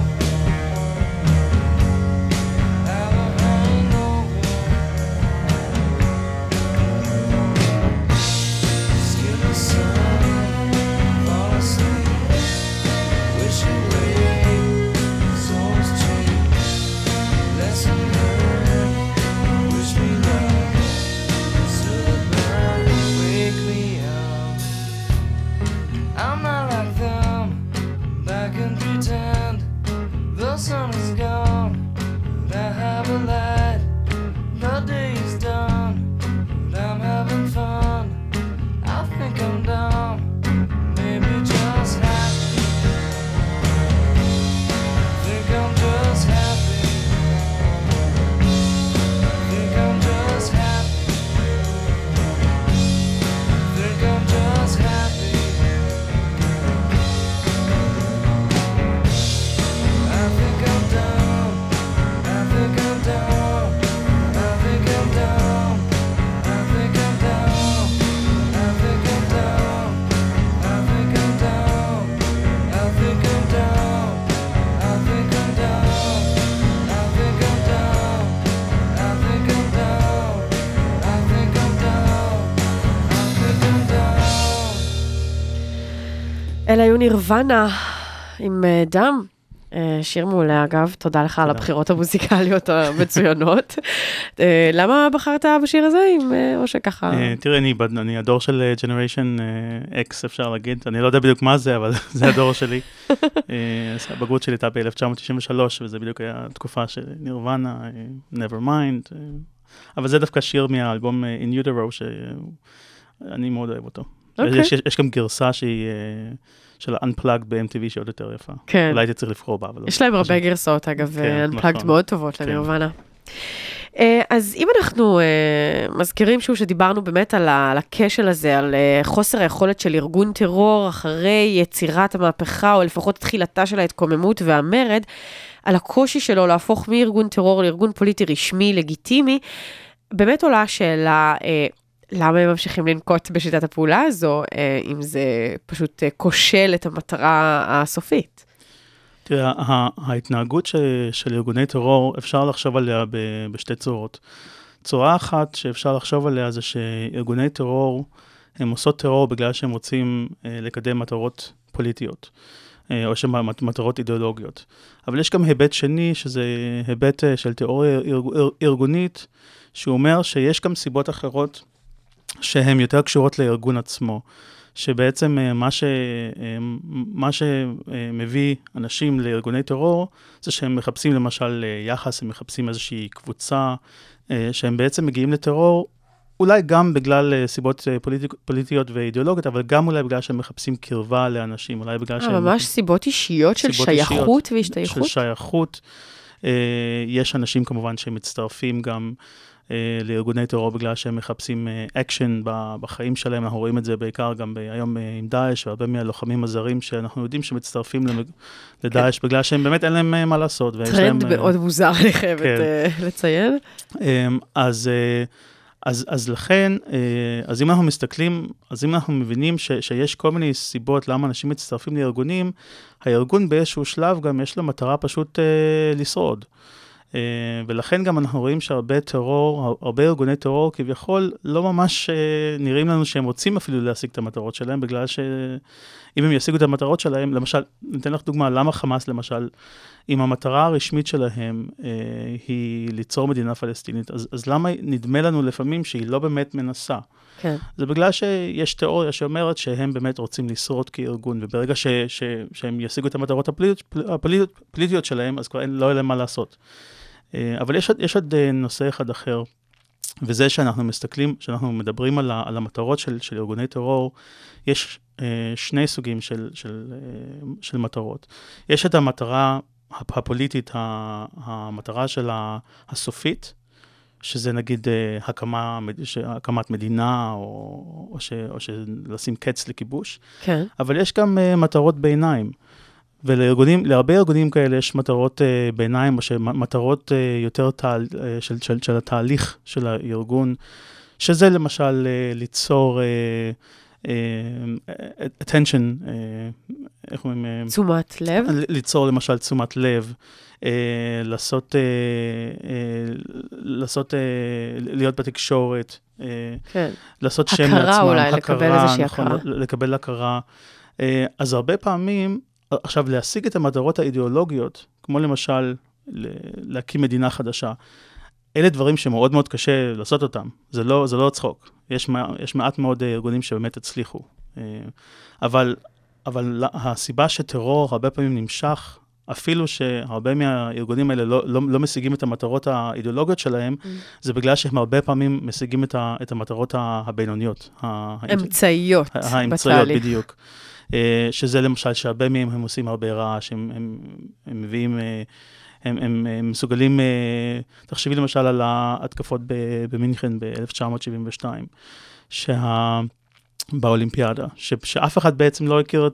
Have a hangover. Skip the sun, fall asleep, wish away, souls cheap, lesson learned, wish me luck, still burn, wake me up. I'm not like them, I can pretend, the sun is gone, but I have a light, the day is done, but I'm having fun. I think I'm dumb, maybe just happy. Think I'm just happy. Think I'm just happy. Think I'm just happy. I think I'm dumb. I think I'm dumb. I think I'm dumb. I think I'm dumb. I think I'm dumb. I think I'm dumb. I think I'm dumb. I think I'm dumb. I think I'm dumb. I think I'm dumb. I think I'm dumb. I think I'm dumb. אלה היו נירוונה עם דם. שיר מעולה, אגב, תודה לך על הבחירות המוזיקליות המצוינות. למה בחרת בשיר הזה, או שככה? תראה, אני הדור של Generation X, אפשר להגיד. אני לא יודע בדיוק מה זה, אבל זה הדור שלי. הבגרות שלי הייתה ב-1993, וזה בדיוק היה תקופה של נירוונה, Nevermind. אבל זה דווקא שיר מהאלבום In Utero, שאני מאוד אוהב אותו. יש גם גרסה שהיא של Unplugged ב-MTV שעוד יותר יפה. כן. אולי הייתי צריך לבחור בה. יש להם הרבה גרסאות, אגב, Unplugged מאוד טובות לנירוונה. אז אם אנחנו מזכירים שוב שדיברנו באמת על הכשל הזה, על חוסר היכולת של ארגון טרור אחרי יצירת המהפכה, או לפחות תחילתה של ההתקוממות והמרד, על הקושי שלו להפוך מארגון טרור לארגון פוליטי רשמי, לגיטימי, באמת עולה השאלה, למה הם ממשיכים לנקוט בשיטת הפעולה הזו, אם זה פשוט כושל את המטרה הסופית? תראה, ההתנהגות של ארגוני טרור, אפשר לחשוב עליה בשתי צורות. צורה אחת שאפשר לחשוב עליה זה שארגוני טרור, הם עושות טרור בגלל שהם רוצים לקדם מטרות פוליטיות, או מטרות אידיאולוגיות. אבל יש גם היבט שני, שזה היבט של תיאוריה ארגונית, שהוא אומר שיש גם סיבות אחרות, שהן יותר קשורות לארגון עצמו. שבעצם מה שמביא אנשים לארגוני טרור, זה שהם מחפשים למשל יחס, הם מחפשים איזושהי קבוצה, שהם בעצם מגיעים לטרור, אולי גם בגלל סיבות פוליטיות ואידיאולוגיות, אבל גם אולי בגלל שהם מחפשים קרבה לאנשים, אולי בגלל שהם... ממש סיבות אישיות של שייכות והשתייכות? של שייכות. יש אנשים כמובן שמצטרפים גם לארגוני טרור בגלל שהם מחפשים אקשן בחיים שלהם, אנחנו רואים את זה בעיקר גם היום עם דאעש, והרבה מהלוחמים הזרים שאנחנו יודעים שמצטרפים לדאעש, בגלל שהם באמת אין להם מה לעשות. טרנד מאוד מוזר, אני חייבת לציין. אז לכן, אז אם אנחנו מסתכלים, אז אם אנחנו מבינים שיש כל מיני סיבות למה אנשים מצטרפים לארגונים, הארגון באיזשהו שלב גם יש לו מטרה פשוט לשרוד. ולכן גם אנחנו רואים שהרבה טרור, הרבה ארגוני טרור כביכול לא ממש נראים לנו שהם רוצים אפילו להשיג את המטרות שלהם, בגלל שאם הם ישיגו את המטרות שלהם, למשל, ניתן לך דוגמה, למה חמאס למשל, אם המטרה הרשמית שלהם היא ליצור מדינה פלסטינית, אז למה נדמה לנו לפעמים שהיא לא באמת מנסה? כן. זה בגלל שיש תיאוריה שאומרת שהם באמת רוצים לשרוד כארגון, וברגע שהם ישיגו את המטרות הפוליטיות שלהם, אז כבר לא יהיה להם מה לעשות. אבל יש עוד נושא אחד אחר, וזה שאנחנו מסתכלים, שאנחנו מדברים על המטרות של ארגוני טרור, יש שני סוגים של מטרות. יש את המטרה הפוליטית, המטרה של הסופית, שזה נגיד הקמת מדינה, או לשים קץ לכיבוש. כן. אבל יש גם מטרות ביניים. ולהרבה ארגונים כאלה יש מטרות ביניים, או מטרות יותר של התהליך של הארגון, שזה למשל ליצור attention, איך אומרים? תשומת לב. ליצור למשל תשומת לב, להיות בתקשורת, לעשות שם לעצמם. הכרה אולי, לקבל איזושהי הכרה. לקבל הכרה. אז הרבה פעמים, עכשיו להשיג את המטרות האידיאולוגיות, כמו למשל להקים מדינה חדשה, אלה דברים שמאוד מאוד קשה לעשות אותם. זה לא צחוק. יש מעט מאוד ארגונים שבאמת הצליחו. אבל הסיבה שטרור הרבה פעמים נמשך, אפילו שהרבה מהארגונים האלה לא משיגים את המטרות האידיאולוגיות שלהם, זה בגלל שהם הרבה פעמים משיגים את המטרות הבינוניות. אמצעיות בתהליך. האמצעיות בדיוק. שזה למשל שהרבה מהם הם עושים הרבה רעש, הם מביאים, הם מסוגלים, תחשבי למשל על ההתקפות במינכן ב-1972, באולימפיאדה, שאף אחד בעצם לא הכיר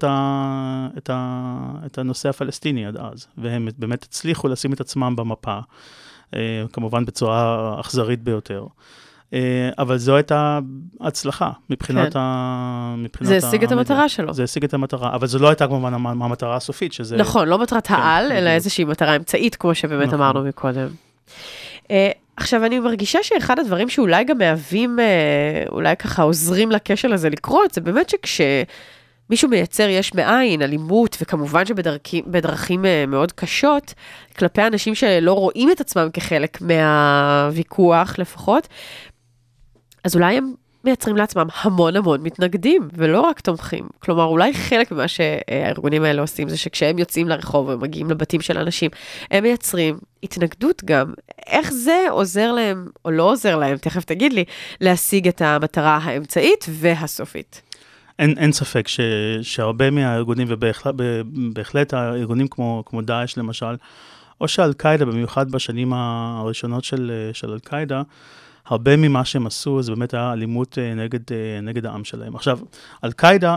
את הנושא הפלסטיני עד אז, והם באמת הצליחו לשים את עצמם במפה, כמובן בצורה אכזרית ביותר. אבל זו הייתה הצלחה מבחינת זה השיג את המטרה שלו. זה השיג את המטרה, אבל זו לא הייתה כמובן המטרה הסופית, שזה... נכון, לא מטרת העל, אלא איזושהי מטרה אמצעית, כמו שבאמת אמרנו מקודם. עכשיו, אני מרגישה שאחד הדברים שאולי גם מהווים, אולי ככה עוזרים לקשר הזה לקרות, זה באמת מישהו מייצר יש מאין, אלימות, וכמובן שבדרכים מאוד קשות, כלפי אנשים שלא רואים את עצמם כחלק מהוויכוח לפחות, אז אולי הם מייצרים לעצמם המון מתנגדים, ולא רק תומכים. כלומר, אולי חלק ממה שהארגונים האלה עושים, זה שכשהם יוצאים לרחוב ומגיעים לבתים של אנשים, הם מייצרים התנגדות גם. איך זה עוזר להם, או לא עוזר להם, תכף תגיד לי, להשיג את המטרה האמצעית והסופית? אין ספק שהרבה מהארגונים, ובהחלט הארגונים כמו דאעש למשל, או שאל-קאידה, במיוחד בשנים הראשונות של אל-קאידה, הרבה ממה שהם עשו, זה באמת היה אלימות נגד העם שלהם. עכשיו, אל-קאידה,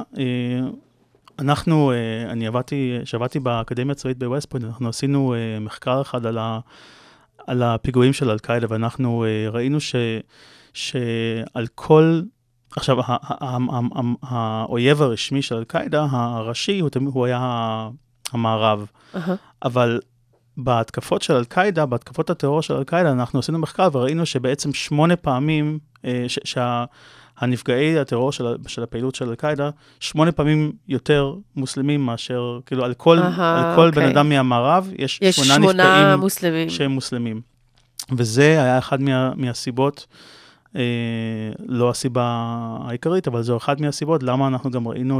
שעבדתי באקדמיה הצבאית בווסט פוינט, אנחנו עשינו מחקר אחד על הפיגועים של אל-קאידה, ואנחנו ראינו שעל כל, עכשיו, האויב הרשמי של אל-קאידה, הראשי, הוא היה המערב. אבל בהתקפות של אל-קאידה, בהתקפות הטרור של אל-קאידה, אנחנו עשינו מחקר וראינו שבעצם 8 פעמים, שהנפגעי הטרור של הפעילות של אל-קאידה, 8 פעמים יותר מוסלמים מאשר, כאילו על כל בן אדם מהמערב, יש 8 נפגעים מוסלמים. שהם מוסלמים. וזה היה אחד מהסיבות, לא הסיבה העיקרית, אבל זו אחת מהסיבות, למה אנחנו גם ראינו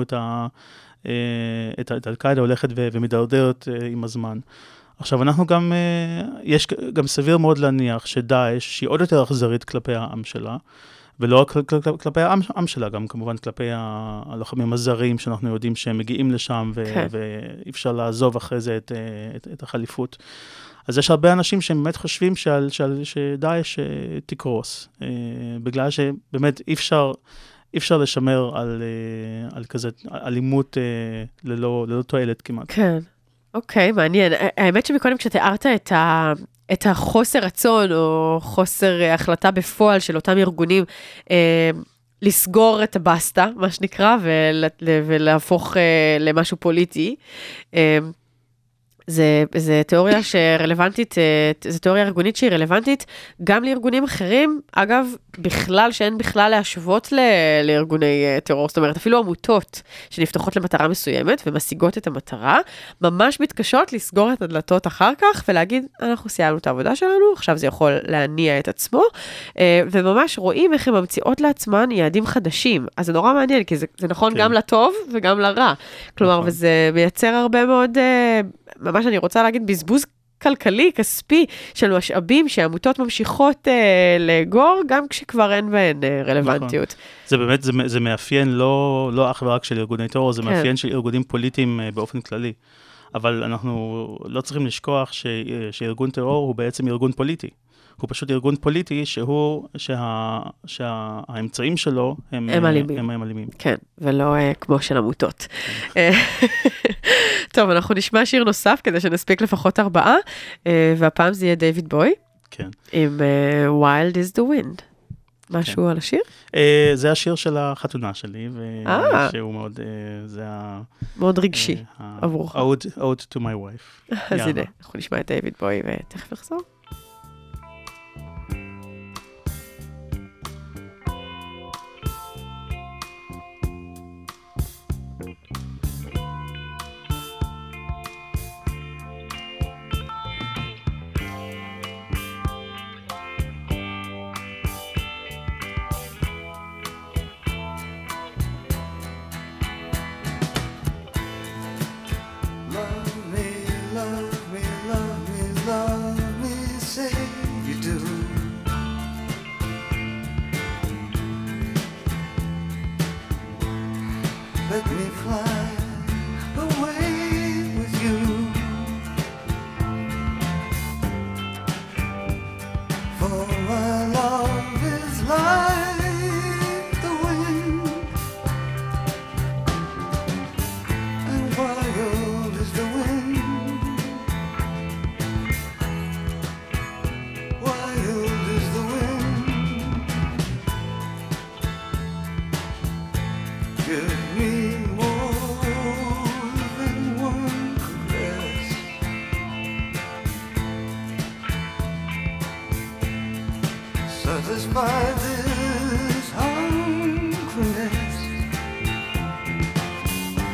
את אל-קאידה הולכת ומדרדרת עם הזמן. עכשיו, אנחנו גם, יש גם סביר מאוד להניח שדאעש, שהיא עוד יותר אכזרית כלפי העם שלה, ולא רק כלפי העם שלה, גם כמובן כלפי הלוחמים הזרים, שאנחנו יודעים שהם מגיעים לשם, ואי אפשר לעזוב אחרי זה את החליפות. אז יש הרבה אנשים שהם באמת חושבים שדאעש תקרוס, בגלל שבאמת אי אפשר לשמר על כזה אלימות ללא תועלת כמעט. כן. אוקיי, מעניין. האמת שמקודם כשתיארת את החוסר רצון או חוסר החלטה בפועל של אותם ארגונים לסגור את הבסטה, מה שנקרא, ולהפוך למשהו פוליטי, זה תיאוריה שרלוונטית, זה תיאוריה ארגונית שהיא רלוונטית גם לארגונים אחרים, אגב, בכלל שאין בכלל להשוות לארגוני טרור, זאת אומרת, אפילו עמותות שנפתחות למטרה מסוימת ומשיגות את המטרה, ממש מתקשות לסגור את הדלתות אחר כך ולהגיד, אנחנו סיימנו את העבודה שלנו, עכשיו זה יכול להניע את עצמו, וממש רואים איך הן ממציאות לעצמן יעדים חדשים, אז זה נורא מעניין, כי זה נכון גם לטוב וגם לרע, כלומר, וזה מייצר הרבה מאוד ממש אני רוצה להגיד בזבוז כלכלי, כספי, של משאבים שהעמותות ממשיכות לאגור, גם כשכבר אין בהן רלוונטיות. נכון. זה באמת, זה מאפיין לא אך ורק של ארגוני טרור, זה מאפיין של ארגונים פוליטיים באופן כללי. אבל אנחנו לא צריכים לשכוח שארגון טרור הוא בעצם ארגון פוליטי. הוא פשוט ארגון פוליטי שהאמצעים שלו הם אלימים. כן, ולא כמו של עמותות. טוב, אנחנו נשמע שיר נוסף כדי שנספיק לפחות 4, והפעם זה יהיה דיוויד בוי. כן. עם Wild is the Wind. משהו על השיר? זה השיר של החתונה שלי, שהוא מאוד, זה מאוד רגשי עבורך. Ode to my wife. אז הנה, אנחנו נשמע את דיוויד בוי ותכף נחזור. Let me fly away with you. For my love is like the wind, and wild is the wind. Wild is the wind. Give me satisfy this hungriness.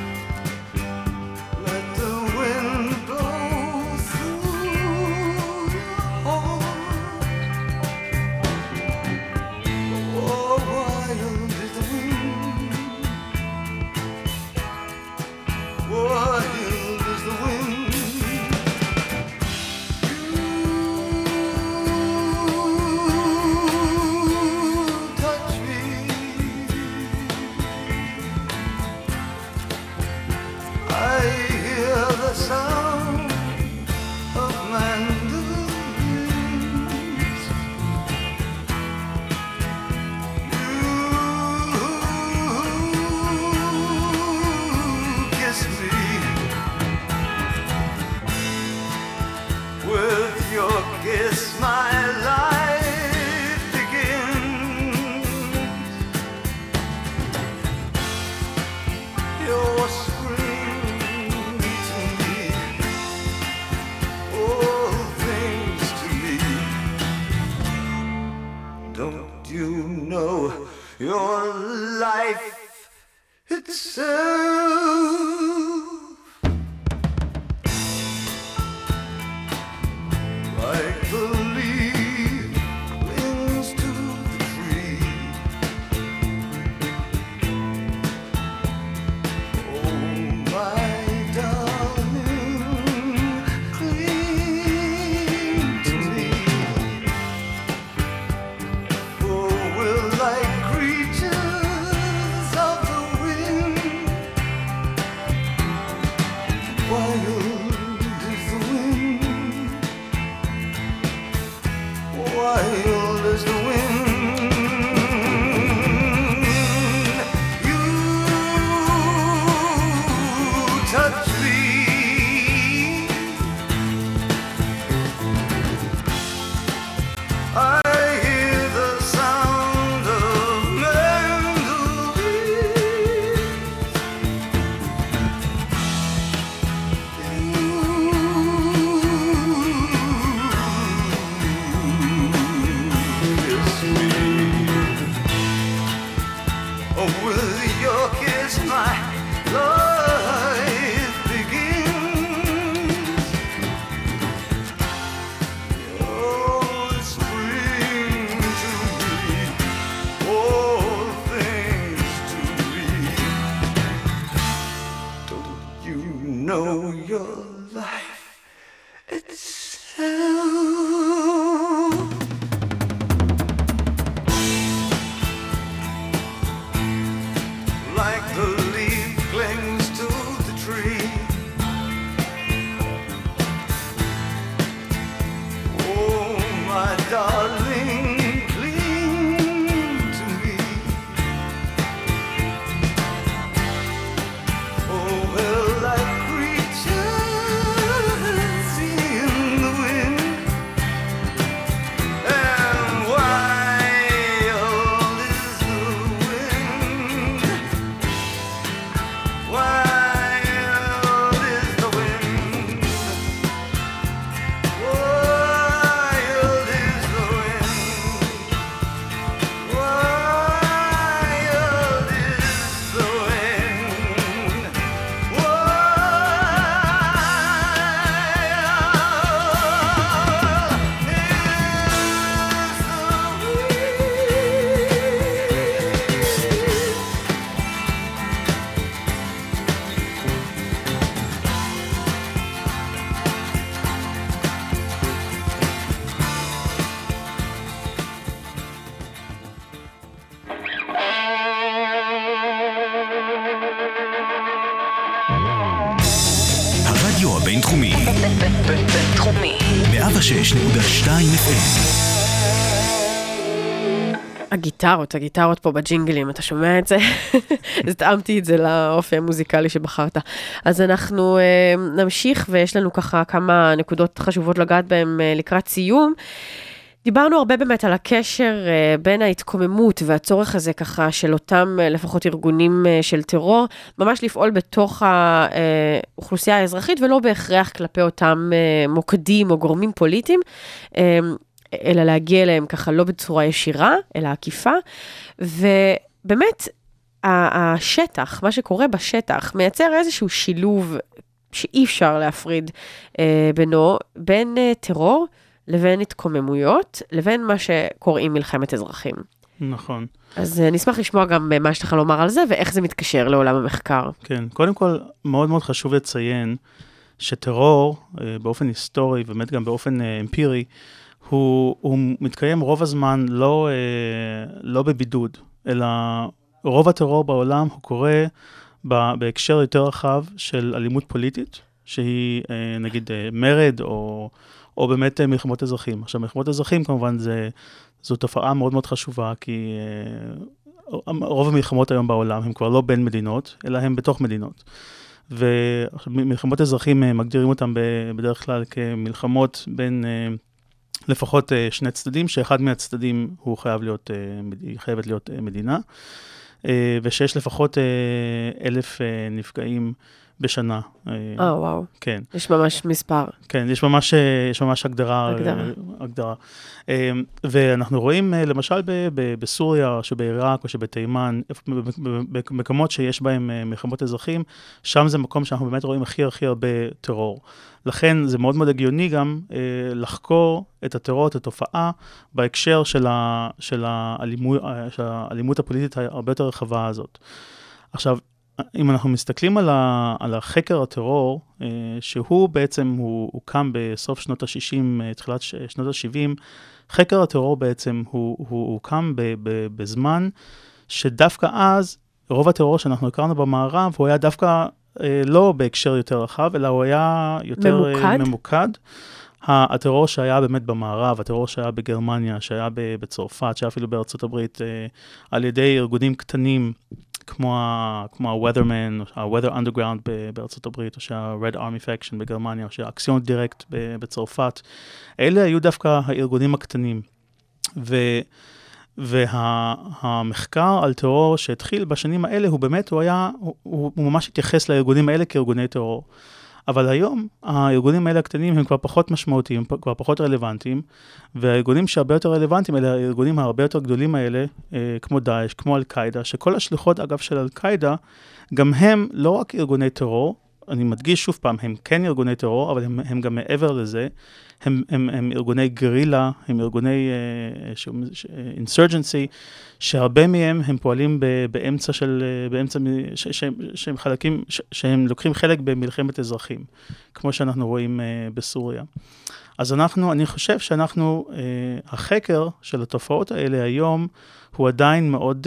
your life itself. Like the leaf clings to the tree. Oh, my darling, cling to me. Oh, we're like creatures of the wind. Wild is the wind. Wild as the wind, you touch me. I hear the sound of mandolins. Kiss me. Oh, with your kiss, my life begins. Oh, it's spring to me, all things to me. Don't you know your life itself? Like the leaf clings to the tree. Oh, my darling, cling to me. Oh, we're like creatures in the wind. And wild is the wind. Wild is the wind. Wild is the wind. Wild is the wind. הרדיו הבינתחומי, בינתחומי. 106.2 FM. הגיטרות פה בג'ינגלים, אתה שומע את זה? אז טעמתי את זה לאופי המוזיקלי שבחרת. אז אנחנו נמשיך, ויש לנו ככה כמה נקודות חשובות לגעת בהן לקראת סיום. דיברנו הרבה באמת על הקשר בין ההתקוממות והצורך הזה ככה של אותם לפחות ארגונים של טרור, ממש לפעול בתוך האוכלוסייה האזרחית, ולא בהכרח כלפי אותם מוקדים או גורמים פוליטיים, אלא להגיע אליהם ככה לא בצורה ישירה, אלא עקיפה, ובאמת השטח, מה שקורה בשטח, מייצר איזשהו שילוב שאי אפשר להפריד בינו, בין טרור לבין התקוממויות, לבין מה שקוראים מלחמת אזרחים. נכון. אז נשמח לשמוע גם מה יש לך לומר על זה, ואיך זה מתקשר לעולם המחקר. כן, קודם כל, מאוד מאוד חשוב לציין שטרור, באופן היסטורי, באמת גם באופן אמפירי, הוא מתקיים רוב הזמן לא בבידוד, אלא רוב הטרור בעולם הוא קורה בהקשר יותר רחב של אלימות פוליטית, שהיא נגיד מרד או באמת מלחמות אזרחים. עכשיו, מלחמות אזרחים כמובן זו תופעה מאוד מאוד חשובה, כי רוב המלחמות היום בעולם הם כבר לא בין מדינות, אלא הם בתוך מדינות. ומלחמות אזרחים מגדירים אותם בדרך כלל כמלחמות בין לפחות שני צדדים, שאחד מהצדדים הוא חייבת להיות מדינה, ושיש לפחות 1,000 נפגעים בשנה. וואו. כן. יש ממש מספר. כן, יש ממש הגדרה. ואנחנו רואים, למשל, בסוריה, או שבעיראק, או שבתימן, במקומות שיש בהם מלחמות אזרחים, שם זה מקום שאנחנו באמת רואים הכי הרבה טרור. לכן זה מאוד מאוד הגיוני גם לחקור את הטרור, את התופעה, בהקשר של האלימות הפוליטית הרבה יותר רחבה הזאת. עכשיו, אם אנחנו מסתכלים על החקר הטרור, שהוא בעצם, הוא קם בסוף שנות ה-60, תחילת שנות ה-70, חקר הטרור בעצם הוא קם בזמן שדווקא אז, רוב הטרור שאנחנו הכרנו במערב, הוא היה דווקא לא בהקשר יותר רחב, אלא הוא היה יותר ממוקד. הטרור שהיה באמת במערב, הטרור שהיה בגרמניה, שהיה בצרפת, שהיה אפילו בארצות הברית, על ידי ארגונים קטנים, כמו ה-Weatherman, או ה-Weather Underground בארצות הברית, או שה-Red Army Faction בגרמניה, או שה-Action Direct בצרפת. אלה היו דווקא הארגונים הקטנים. והמחקר על טרור שהתחיל בשנים האלה, הוא באמת, הוא ממש התייחס לארגונים האלה כארגוני טרור. אבל היום, הארגונים האלה הקטנים הם כבר פחות משמעותיים, כבר פחות רלוונטיים, והארגונים שהרבה יותר רלוונטיים, אלה הארגונים הרבה יותר גדולים האלה, כמו דאעש, כמו אל-קאידה, שכל השלוחות, אגב, של אל-קאידה, גם הם לא רק ארגוני טרור, אני מדגיש שוב פעם, הם כן ארגוני טרור, אבל הם גם מעבר לזה, הם ארגוני גרילה, הם ארגוני insurgency, שהרבה מהם הם פועלים באמצע שהם חלקים, שהם לוקחים חלק במלחמת אזרחים, כמו שאנחנו רואים בסוריה. אז אני חושב שאנחנו, החקר של התופעות האלה היום, הוא עדיין מאוד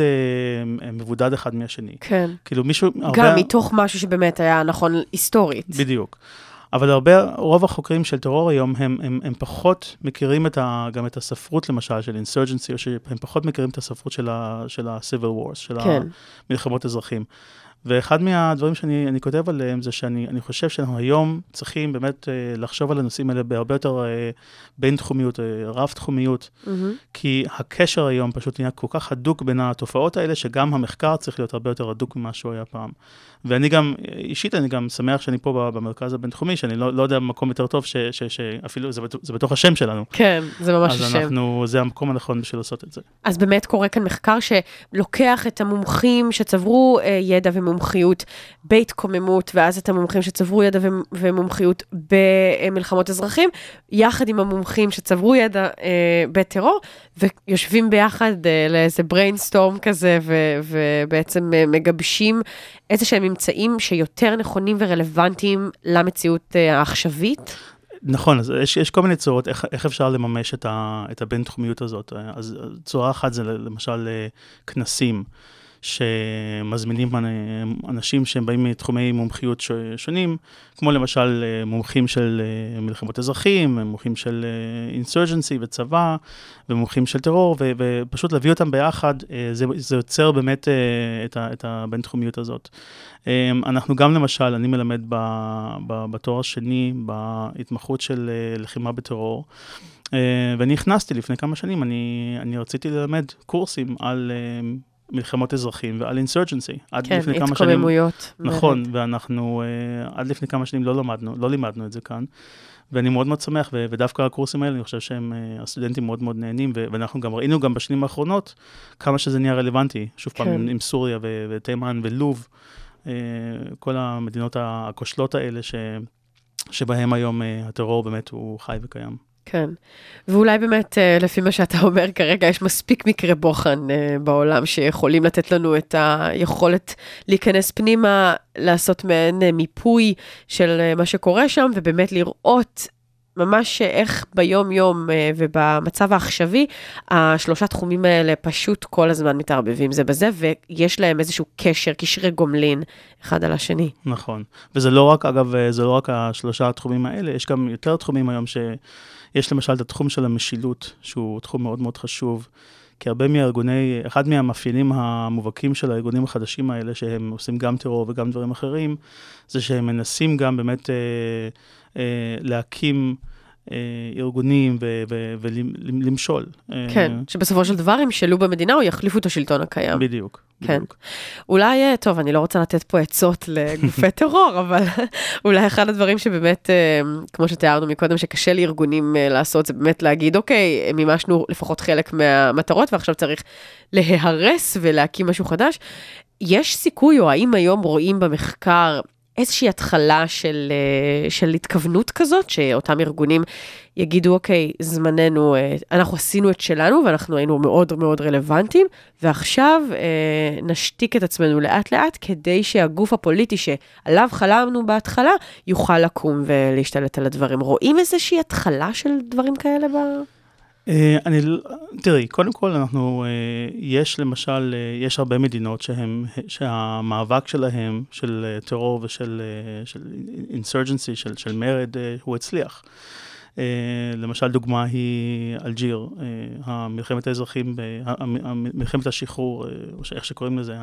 מבודד אחד מהשני. כן. כאילו מישהו... גם מתוך משהו שבאמת היה נכון היסטורית. בדיוק. אבל רוב החוקרים של טרור היום, הם פחות מכירים כן. את הספרות, למשל, של insurgency, או שהם פחות מכירים את הספרות של ה-civil wars, של המלחמות אזרחים. ואחד מהדברים שאני כותב עליהם, זה שאני חושב שאנחנו היום צריכים באמת לחשוב על הנושאים האלה בהרבה יותר בין תחומיות, רב תחומיות, כי הקשר היום פשוט נהיה כל כך הדוק בין התופעות האלה, שגם המחקר צריך להיות הרבה יותר הדוק ממה שהוא היה פעם. ואני גם, אישית, אני גם שמח שאני פה במרכז הבינתחומי, שאני לא יודע במקום יותר טוב, שאפילו זה בתוך השם שלנו. כן, זה ממש השם. אז זה המקום הנכון בשביל לעשות את זה. אז באמת קורה כאן מחקר שלוקח את המומחים שצברו ידע ומומחיות בהתקוממות, ואז את המומחים שצברו ידע ומומחיות במלחמות אזרחים, יחד עם המומחים שצברו ידע בטרור, ויושבים ביחד לאיזה brainstorm כזה, ובעצם מגבשים איזה שהם ממצאים שיותר נכונים ורלוונטיים למציאות העכשווית? נכון, אז יש כל מיני צורות איך אפשר לממש את הבין-תחומיות הזאת. אז צורה אחת זה למשל כנסים, שמזמינים אנשים שהם באים מתחומי מומחיות שונים, כמו למשל מומחים של מלחמות אזרחים, מומחים של insurgency וצבא, ומומחים של טרור, ופשוט להביא אותם ביחד, זה יוצר באמת את הבין-תחומיות הזאת. אנחנו גם למשל, אני מלמד בתואר השני, בהתמחות של לחימה בטרור, ואני הכנסתי לפני כמה שנים, אני רציתי ללמד קורסים על מלחמות אזרחים ועל insurgency. כן, התקוממויות. נכון, ואנחנו עד לפני כמה שנים לא לימדנו את זה כאן, ואני מאוד מאוד שמח, ודווקא הקורסים האלה, אני חושב שהם, הסטודנטים מאוד מאוד נהנים, ואנחנו גם ראינו גם בשנים האחרונות, כמה שזה נהיה רלוונטי, שוב פעם עם סוריה ותימן ולוב, כל המדינות הכושלות האלה, שבהם היום הטרור באמת הוא חי וקיים. כן, ואולי באמת, לפי מה שאתה אומר כרגע, יש מספיק מקרה בוחן בעולם שיכולים לתת לנו את היכולת להיכנס פנימה, לעשות מעין מיפוי של מה שקורה שם, ובאמת לראות ממש איך ביום-יום ובמצב העכשווי, השלושה תחומים האלה פשוט כל הזמן מתערבבים זה בזה, ויש להם איזשהו קשר, קשרי גומלין אחד על השני. נכון, וזה לא רק, אגב, זה לא רק השלושה התחומים האלה, יש גם יותר תחומים היום יש למשל את התחום של המשילות, שהוא תחום מאוד מאוד חשוב, כי הרבה אחד מהמאפיינים המובהקים של הארגונים החדשים האלה, שהם עושים גם טרור וגם דברים אחרים, זה שהם מנסים גם באמת להקים ארגונים ולמשול. כן, שבסופו של דבר ימשלו במדינה או יחליפו את השלטון הקיים. בדיוק. כן. אולי, טוב, אני לא רוצה לתת פה עצות לגופי טרור, אבל אולי אחד הדברים שבאמת, כמו שתיארנו מקודם, שקשה לארגונים לעשות, זה באמת להגיד, אוקיי, מימשנו לפחות חלק מהמטרות, ועכשיו צריך להיהרס ולהקים משהו חדש. יש סיכוי, או האם היום רואים במחקר איזושהי התחלה של התכוונות כזאת, שאותם ארגונים יגידו, אוקיי, זמננו, אנחנו עשינו את שלנו, ואנחנו היינו מאוד מאוד רלוונטיים, ועכשיו נשתיק את עצמנו לאט לאט, כדי שהגוף הפוליטי שעליו חלמנו בהתחלה, יוכל לקום ולהשתלט על הדברים. רואים איזושהי התחלה של דברים כאלה תראי, קודם כל יש למשל, יש הרבה מדינות שהמאבק שלהם, של טרור ושל אינסרג'נסי, של מרד, הוא הצליח. למשל דוגמה היא אלג'יר, מלחמת האזרחים, מלחמת השחרור, או איך שקוראים לזה,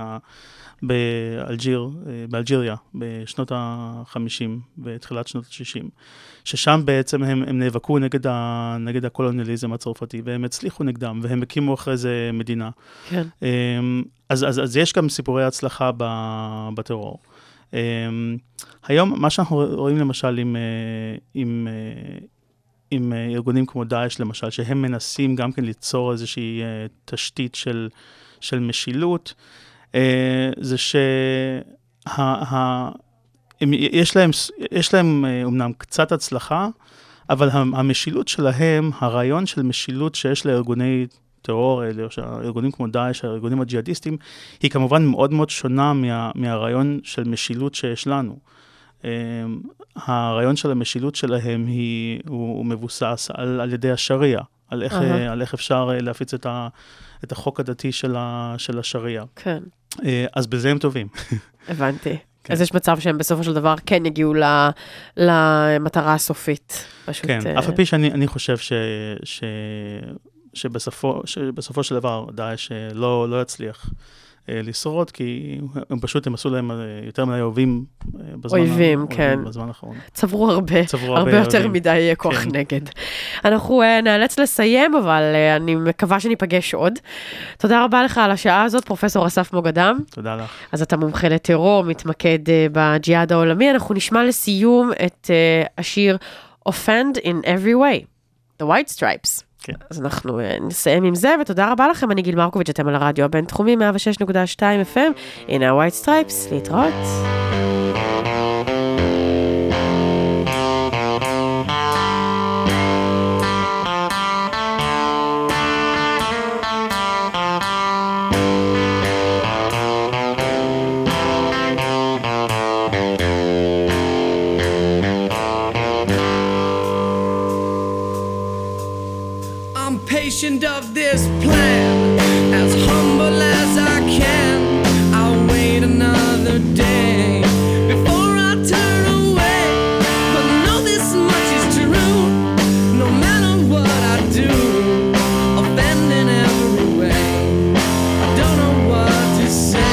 באלג'יריה, בשנות ה-50 ותחילת שנות ה-60, ששם בעצם הם נאבקו נגד הקולוניאליזם הצרפתי, והם הצליחו נגדם, והם הקימו אחרי זה מדינה. כן. אז יש גם סיפורי הצלחה בטרור. היום, מה שאנחנו רואים למשל עם ארגונים כמו דאעש, למשל, שהם מנסים גם כן ליצור איזושהי תשתית של משילות, זה יש להם אומנם קצת הצלחה, אבל המשילות שלהם, הרעיון של משילות שיש לארגוני טרור, ארגונים כמו דאעש, הארגונים הג'יהאדיסטים, היא כמובן מאוד מאוד שונה מהרעיון של משילות שיש לנו. הרעיון של המשילות שלהם הוא מבוסס על ידי השריעה, על איך אפשר להפיץ את החוק הדתי של השריעה. כן. אז בזה הם טובים. הבנתי. אז יש מצב שהם בסופו של דבר כן יגיעו למטרה הסופית. כן, אף על פי שאני חושב שבסופו של דבר דאעש לא יצליח לשרוד, כי הם עשו להם יותר מדי אויבים בזמן האחרון. צברו הרבה יותר מדי כוח נגד. אנחנו נאלץ לסיים, אבל אני מקווה שניפגש עוד. תודה רבה לך על השעה הזאת, פרופסור אסף מוגדם. תודה לך. אז אתה מומחה לטרור, מתמקד בג'יהאד העולמי. אנחנו נשמע לסיום את השיר Offend in Every Way, The White Stripes. כן. אז אנחנו נסיים עם זה, ותודה רבה לכם, אני גיל מרקוביץ', אתם על הרדיו הבינתחומי 106.2 FM, הנה ה-White Stripes, להתראות. Of this plan, as humble as I can, I'll wait another day before I turn away, but know this much is true, no matter what I do, offend in every way, I don't know what to say.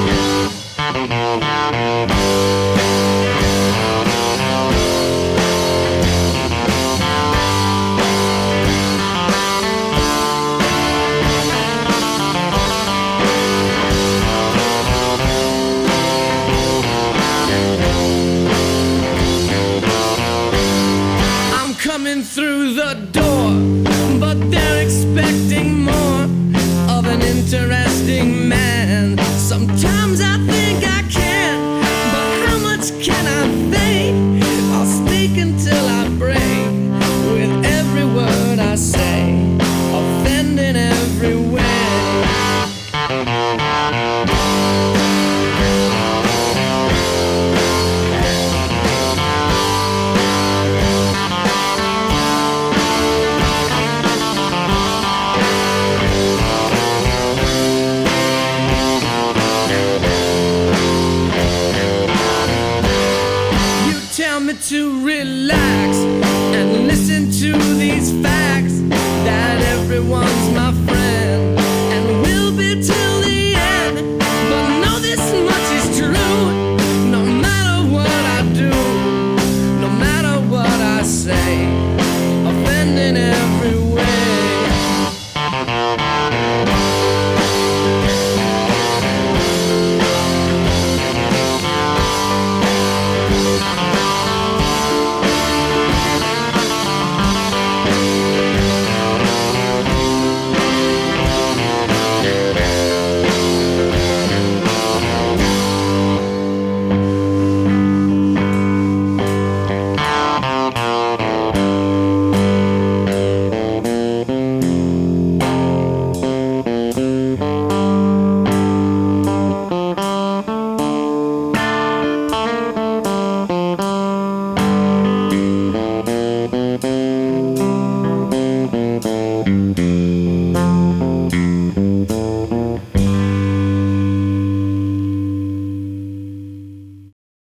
Through the door, but they're expecting more of an interesting man. Sometimes I think I can, but how much can I fake? I'll speak until I break with every word I say, offend in every way. standing everywhere.